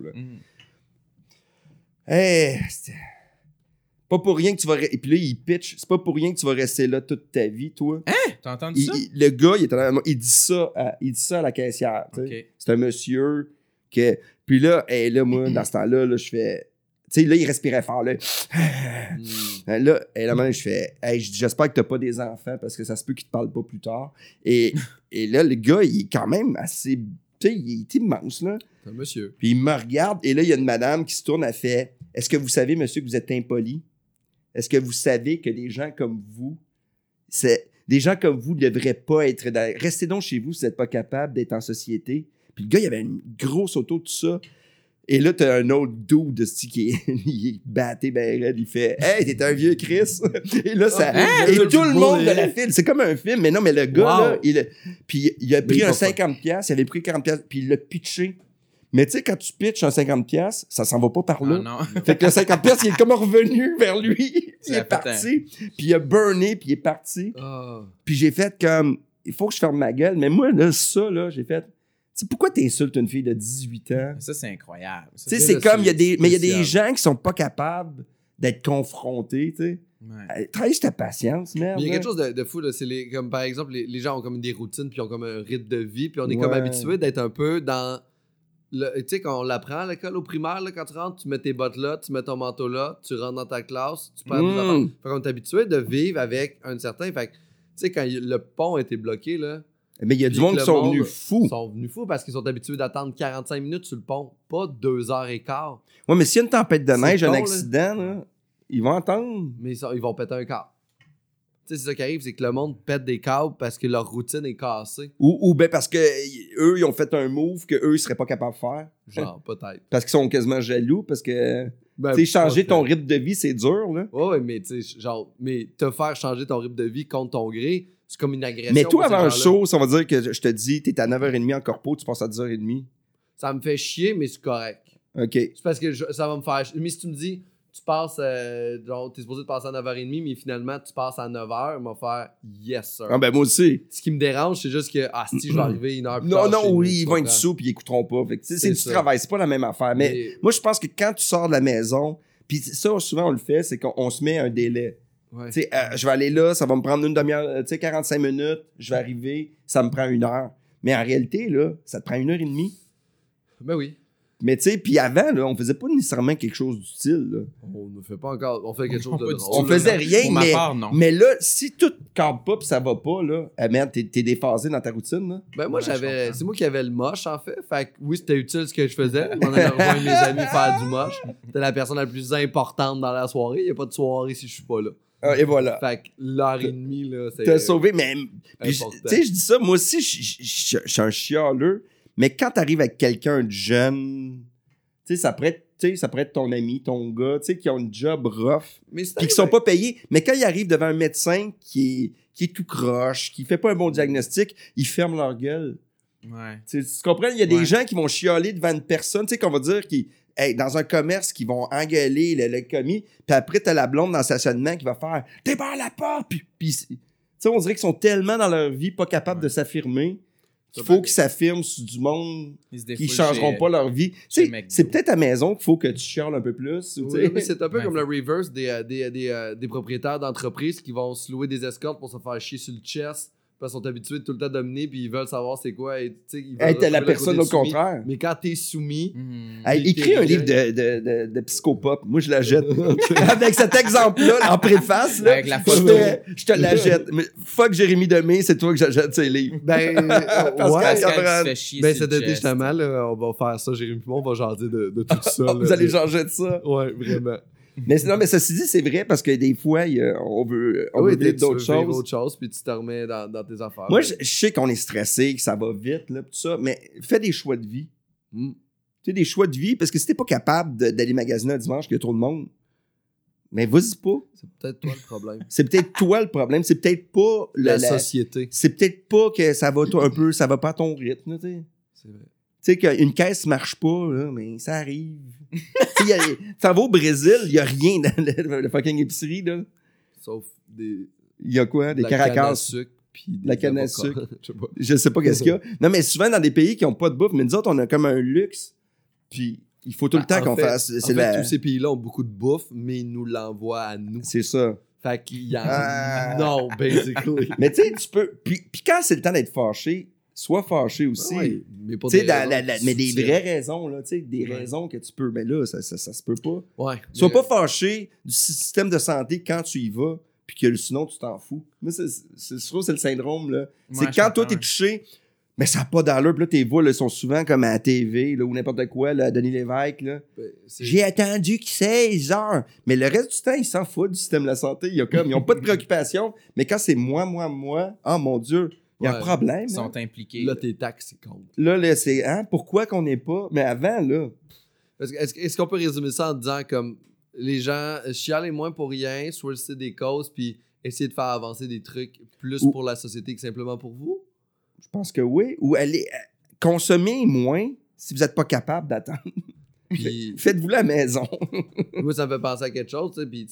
Hey, pas pour rien que tu vas... Et puis là, il pitch. C'est pas pour rien que tu vas rester là toute ta vie, toi. Hein? T'as entendu ça? Le gars, il dit ça à la caissière. Okay. C'est un monsieur que... Puis là, moi, dans ce temps-là, là, je fais... Tu sais, là, il respirait fort, là. Là, je fais... Hey, je dis, j'espère que t'as pas des enfants parce que ça se peut qu'ils te parlent pas plus tard. Et là, le gars, il est quand même assez... Tu sais, il est immense, là. C'est un monsieur. Puis il me regarde et là, il y a une madame qui se tourne, elle fait... Est-ce que vous savez, monsieur, que vous êtes impoli? Est-ce que vous savez que des gens comme vous, des gens comme vous ne devraient pas être... Restez donc chez vous si vous n'êtes pas capable d'être en société. Puis le gars, il avait une grosse auto, tout ça. Et là, t'as un autre dude qui est batté, ben raide. Il fait « Hey, t'es un vieux Chris! » Et là, ça... et tout le monde de la file, c'est comme un film. Mais non, mais le gars, là, puis il a pris un 50$, il avait pris 40$, puis il l'a pitché. Mais tu sais, quand tu pitches un 50$, ça s'en va pas par là. Non. Fait que le 50$, il est comme revenu vers lui. Il est parti. Puis il a burné, puis il est parti. Puis j'ai fait comme, il faut que je ferme ma gueule. Mais moi, là, j'ai fait, tu sais, pourquoi t'insultes une fille de 18 ans? Ça, c'est incroyable. Tu sais, c'est comme, il y a des gens qui sont pas capables d'être confrontés, tu sais. Ouais. Travaille sur ta patience, merde. Mais il y a quelque chose de fou, là. C'est comme, par exemple, les gens ont comme des routines, puis ont comme un rythme de vie, puis on est comme habitué d'être un peu dans... Tu sais, quand on l'apprend à l'école, au primaire, là, quand tu rentres, tu mets tes bottes là, tu mets ton manteau là, tu rentres dans ta classe, tu perds tes affaires. Fait qu'on est habitué de vivre avec un certain... Fait que, tu sais, quand le pont a été bloqué, là... Mais il y a du monde qui sont venus fous. Ils sont venus faux parce qu'ils sont habitués d'attendre 45 minutes sur le pont, pas 2h15. Ouais, mais s'il y a une tempête de neige, un accident, là, ils vont attendre. Mais ils vont péter un câble. Tu sais, c'est ça qui arrive, c'est que le monde pète des câbles parce que leur routine est cassée. Ou ben parce que eux, ils ont fait un move qu'eux, ils seraient pas capables de faire. Genre, peut-être. Parce qu'ils sont quasiment jaloux, parce que... tu sais, changer ton rythme de vie, c'est dur, là. Ouais, mais tu sais, genre... Mais te faire changer ton rythme de vie contre ton gré, c'est comme une agression. Mais toi, avant un show, ça va dire que je te dis, t'es à 9h30 en corpo, tu passes à 10h30. Ça me fait chier, mais c'est correct. OK. C'est parce que ça va me faire chier. Mais si tu me dis, tu passes, genre, t'es supposé de passer à 9h30, mais finalement, tu passes à 9h, il va faire yes, sir. Ah ben moi aussi. Ce qui me dérange, c'est juste que, si je vais arriver 1 heure plus Non, tard chez oui, nous, ils vont être sous puis ils écouteront pas. Fait que, c'est du ça. travail, c'est pas la même affaire. Mais moi, je pense que quand tu sors de la maison, puis ça, souvent, on le fait, c'est qu'on se met un délai. Ouais. Tu sais, je vais aller là, ça va me prendre une demi-heure, 45 minutes, je vais arriver, ça me prend 1 heure. Mais en réalité, là, ça te prend 1h30. Ben oui. Mais tu sais, puis avant, là, on faisait pas nécessairement quelque chose d'utile. Là. On ne fait pas encore. On fait quelque chose de pas drôle. du On tout, faisait non. rien, Pour ma part, non. mais là, si tout cadre pas pis ça va pas, là, merde, t'es déphasé dans ta routine, là. Ben moi, Ouais, c'est moi qui avais le moche, en fait. Fait que oui, c'était utile ce que je faisais. On allait rejoindre mes amis faire du moche. C'était la personne la plus importante dans la soirée. Il n'y a pas de soirée si je suis pas là. Et voilà. Fait que l'heure et demie, là, c'est... T'as sauvé, mais tu important. sais, je dis ça, moi aussi, je suis un chialeux, mais quand t'arrives avec quelqu'un de jeune, tu sais, ça pourrait être ton ami, ton gars, tu sais, qui ont une job rough, Mais c'est puis qui sont pas payés, mais quand ils arrivent devant un médecin qui est tout croche, qui fait pas un bon diagnostic, ils ferment leur gueule. Ouais. Tu comprends? Il y a des gens qui vont chialer devant une personne, tu sais, qu'on va dire qui dans un commerce, qui vont engueuler le commis, puis après, t'as la blonde dans le stationnement qui va faire « Débarre la porte! » Puis tu sais, on dirait qu'ils sont tellement dans leur vie pas capables de s'affirmer qu'il faut qu'ils s'affirment sur du monde qui changeront pas leur vie. Tu sais, c'est peut-être à la maison qu'il faut que tu chiales un peu plus. Oui, mais c'est un peu comme le reverse des propriétaires d'entreprises qui vont se louer des escortes pour se faire chier sur le chest. Parce qu'ils sont habitués de tout le temps dominer puis ils veulent savoir c'est quoi. Et, ils veulent t'es la personne au contraire. Mais quand t'es soumis... écris un livre de psychopop. Moi, je la jette. Avec cet exemple-là, en préface, là, avec la photo. je te la jette. Mais fuck Jérémy Demé, c'est toi que j'achète ces livres. Ben, Pascal se fait chier ben sur cet le été, chest. justement, là, on va faire ça, Jérémy Pimon, on va jaser de tout ça. Vous allez changer de ça. Ouais, vraiment. Mais ceci dit, c'est vrai parce que des fois, on veut vivre d'autres choses. Puis tu te remets dans tes affaires. Moi, je sais qu'on est stressé, que ça va vite, là, tout ça, mais fais des choix de vie. Tu sais, des choix de vie, parce que si t'es pas capable d'aller magasiner un dimanche, qu'il y a trop de monde, mais vas-y pas. C'est peut-être toi le problème. C'est peut-être toi le problème. C'est peut-être pas la société. C'est peut-être pas que ça va un peu, ça va pas à ton rythme, tu sais. C'est vrai. Tu sais, qu'une caisse marche pas, là, mais ça arrive. Tu t'en vas au Brésil, il y a rien dans le fucking épicerie, là. Sauf des... Il y a quoi? Des caracas. La canne à sucre. Je sais pas qu'est-ce qu'il y a. Non, mais souvent dans des pays qui ont pas de bouffe, mais nous autres, on a comme un luxe. Puis il faut tout le temps qu'on fasse. Tous ces pays-là ont beaucoup de bouffe, mais ils nous l'envoient à nous. C'est ça. Fait qu'il y en non, basically. Mais tu sais, tu peux. Puis quand c'est le temps d'être fâché, sois fâché aussi. Ouais, mais pas mais des vraies raisons, là, tu sais, des raisons que tu peux. Mais là, ça se peut pas. Ouais. Sois pas fâché du système de santé quand tu y vas, puis que sinon, tu t'en fous. Moi, je trouve que c'est le syndrome, là. C'est quand toi, t'es touché, mais ça n'a pas d'allure. Puis là, tes voix, là, sont souvent comme à la TV, là, ou n'importe quoi, là, à Denis Lévesque, là. J'ai attendu 16 heures. Mais le reste du temps, ils s'en foutent du système de la santé. Ils n'ont pas de préoccupation. Mais quand c'est moi, oh mon Dieu, il y a un problème. Ils sont impliqués. Là, tes taxes, c'est compte. Là, c'est, pourquoi qu'on n'est pas? Mais avant, là. Est-ce qu'on peut résumer ça en disant comme les gens chialent moins pour rien, choisissez des causes, puis essayer de faire avancer des trucs plus pour la société que simplement pour vous? Je pense que oui. Ou consommer moins si vous n'êtes pas capable d'attendre. Puis, faites-vous la maison. Moi, ça me fait penser à quelque chose. Puis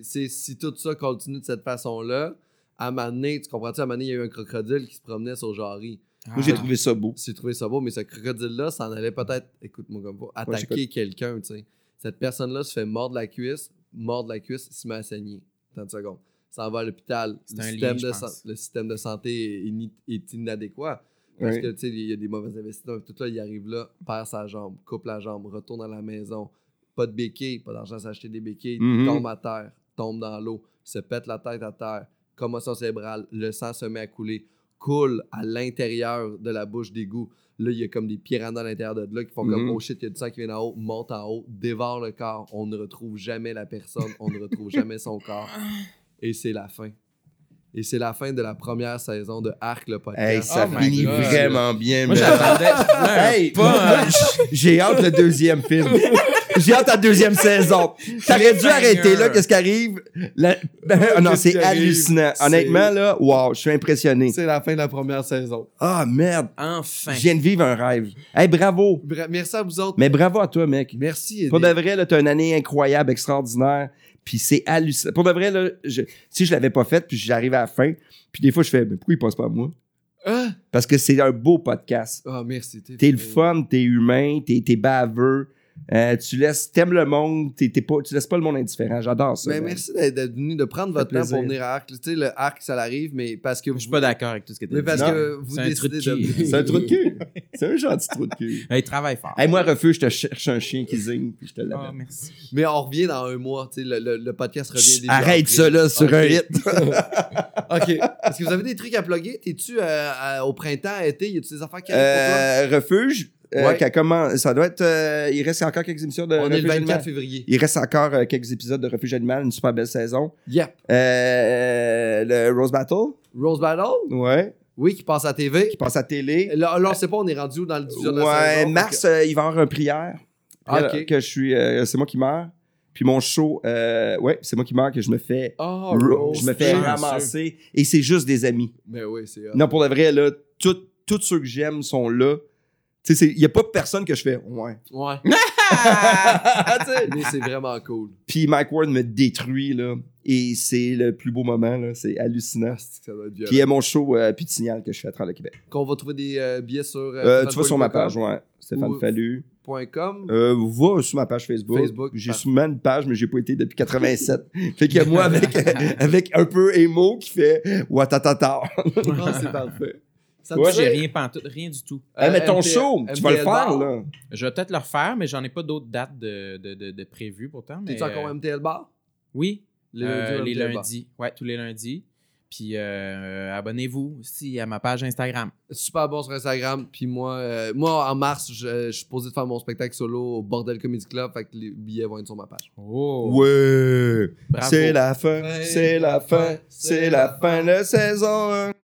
si tout ça continue de cette façon-là, à un moment donné, tu comprends-tu, à un moment donné, il y a eu un crocodile qui se promenait sur Jarry. Moi, j'ai trouvé ça beau. J'ai trouvé ça beau, mais ce crocodile-là, ça en allait peut-être, écoute-moi comme pas, attaquer quelqu'un, tu sais. Cette personne-là se fait mordre la cuisse, il se met à saigner. 30 secondes. Ça va à l'hôpital. Le système de santé est inadéquat. Parce que, tu sais, il y a des mauvais investisseurs. Tout là, il arrive là, perd sa jambe, coupe la jambe, retourne à la maison. Pas de béquilles, pas d'argent à s'acheter des béquilles. Tombe à terre, tombe dans l'eau, se pète la tête à terre. Commotion cérébrale, le sang se met à couler, coule à l'intérieur de la bouche d'égout. Là, il y a comme des piranhas à l'intérieur de là qui font comme oh shit, il y a du sang qui vient d'en haut, monte en haut, dévore le corps. On ne retrouve jamais la personne, on ne retrouve jamais son corps. Et c'est la fin. Et c'est la fin de la première saison de Arc le podcast. Hey, ça finit vraiment bien. Moi, j'attendais. J'ai hâte le deuxième film. J'ai hâte à la deuxième saison. T'aurais dû arrêter là, qu'est-ce qui arrive? Non, c'est hallucinant. Honnêtement, là, wow, je suis impressionné. C'est la fin de la première saison. Ah, merde. Enfin. Je viens de vivre un rêve. Hey, bravo. Merci à vous autres. Mais bravo à toi, mec. Merci. Pour de vrai, là, t'as une année incroyable, extraordinaire. Puis c'est hallucinant. Pour de vrai, là, si je l'avais pas fait, puis j'arrive à la fin, puis des fois, je fais, mais pourquoi il passe pas à moi? Ah, Parce que c'est un beau podcast. merci. T'es le fun, t'es humain, t'es baveux. T'aimes le monde, tu laisses pas le monde indifférent. J'adore ça. Mais merci d'être venu, de prendre votre temps pour venir à Arc. Tu sais, le Arc, ça l'arrive, mais parce que Je suis pas d'accord avec tout ce que tu mais dis. parce Non, que vous c'est un trou de décidez cul. C'est un trou de cul. C'est un gentil trou de cul. Il travaille fort. Hey, moi, Refuge, je te cherche un chien qui zigne, puis je te l'amène. Oh, merci. Mais on revient dans un mois. Tu sais, le podcast revient déjà. Arrête après. ça, là, sur Ok. un hit. OK. Est-ce que vous avez des trucs à plugger? T'es-tu au printemps, été? Y a-tu des affaires qui arrivent Refuge, Ouais. ça doit être... il reste encore quelques émissions de pour toi? On est Refuge le Animal. 24 février. Il reste encore quelques épisodes de Refuge Animal, une super belle saison. Yep. Le Rose Battle, Rose Battle? ouais, Oui, qui passe à TV. qui passe à télé. Là, on sait pas, on est rendu où dans le division de la Ouais, saison. mars, il va y avoir une prière. Ah, Là, ok. que je suis... c'est moi qui meurs. Puis mon show, ouais, c'est moi qui meurs, que je me fais... Oh, Rose. je me fais chanceux. ramasser. Et c'est juste des amis. Mais oui, c'est Non, pour de vrai, là, tous ceux que j'aime sont là. Tu sais, il n'y a pas personne que je fais. Ouais. Ouais. Tu sais. Mais c'est vraiment cool. Puis Mike Ward me détruit, là. Et c'est le plus beau moment, là. C'est hallucinant. Ça doit être bien. Puis il y a mon show Puis de Signal que je fais à travers le Québec. Qu'on va trouver des billets sur Tu vas sur ma page, ouais. Stéphane Ou- Fallu. .com. Va sur ma page Facebook. Facebook, J'ai parfait. souvent une page, mais j'ai pas été depuis 87. Fait qu'il y a moi avec un peu émo qui fait Watatata. Ah, c'est parfait. Ça te Ouais, J'ai fait? rien pantoute, rien du tout. Mais ton MTL show, tu vas le faire, Bar. là. Je vais peut-être le refaire, mais j'en ai pas d'autres dates de prévues pourtant. Mais, T'es-tu encore MTL Bar? Oui, Les les MTL Bar. lundis. Ouais, tous les lundis. Puis abonnez-vous aussi à ma page Instagram. Super bon sur Instagram. Puis moi, en mars, je suis posé de faire mon spectacle solo au Bordel Comedy Club. Fait que les billets vont être sur ma page. Oh! Ouais. Bravo. C'est la fin, c'est la fin, c'est la fin de saison 1.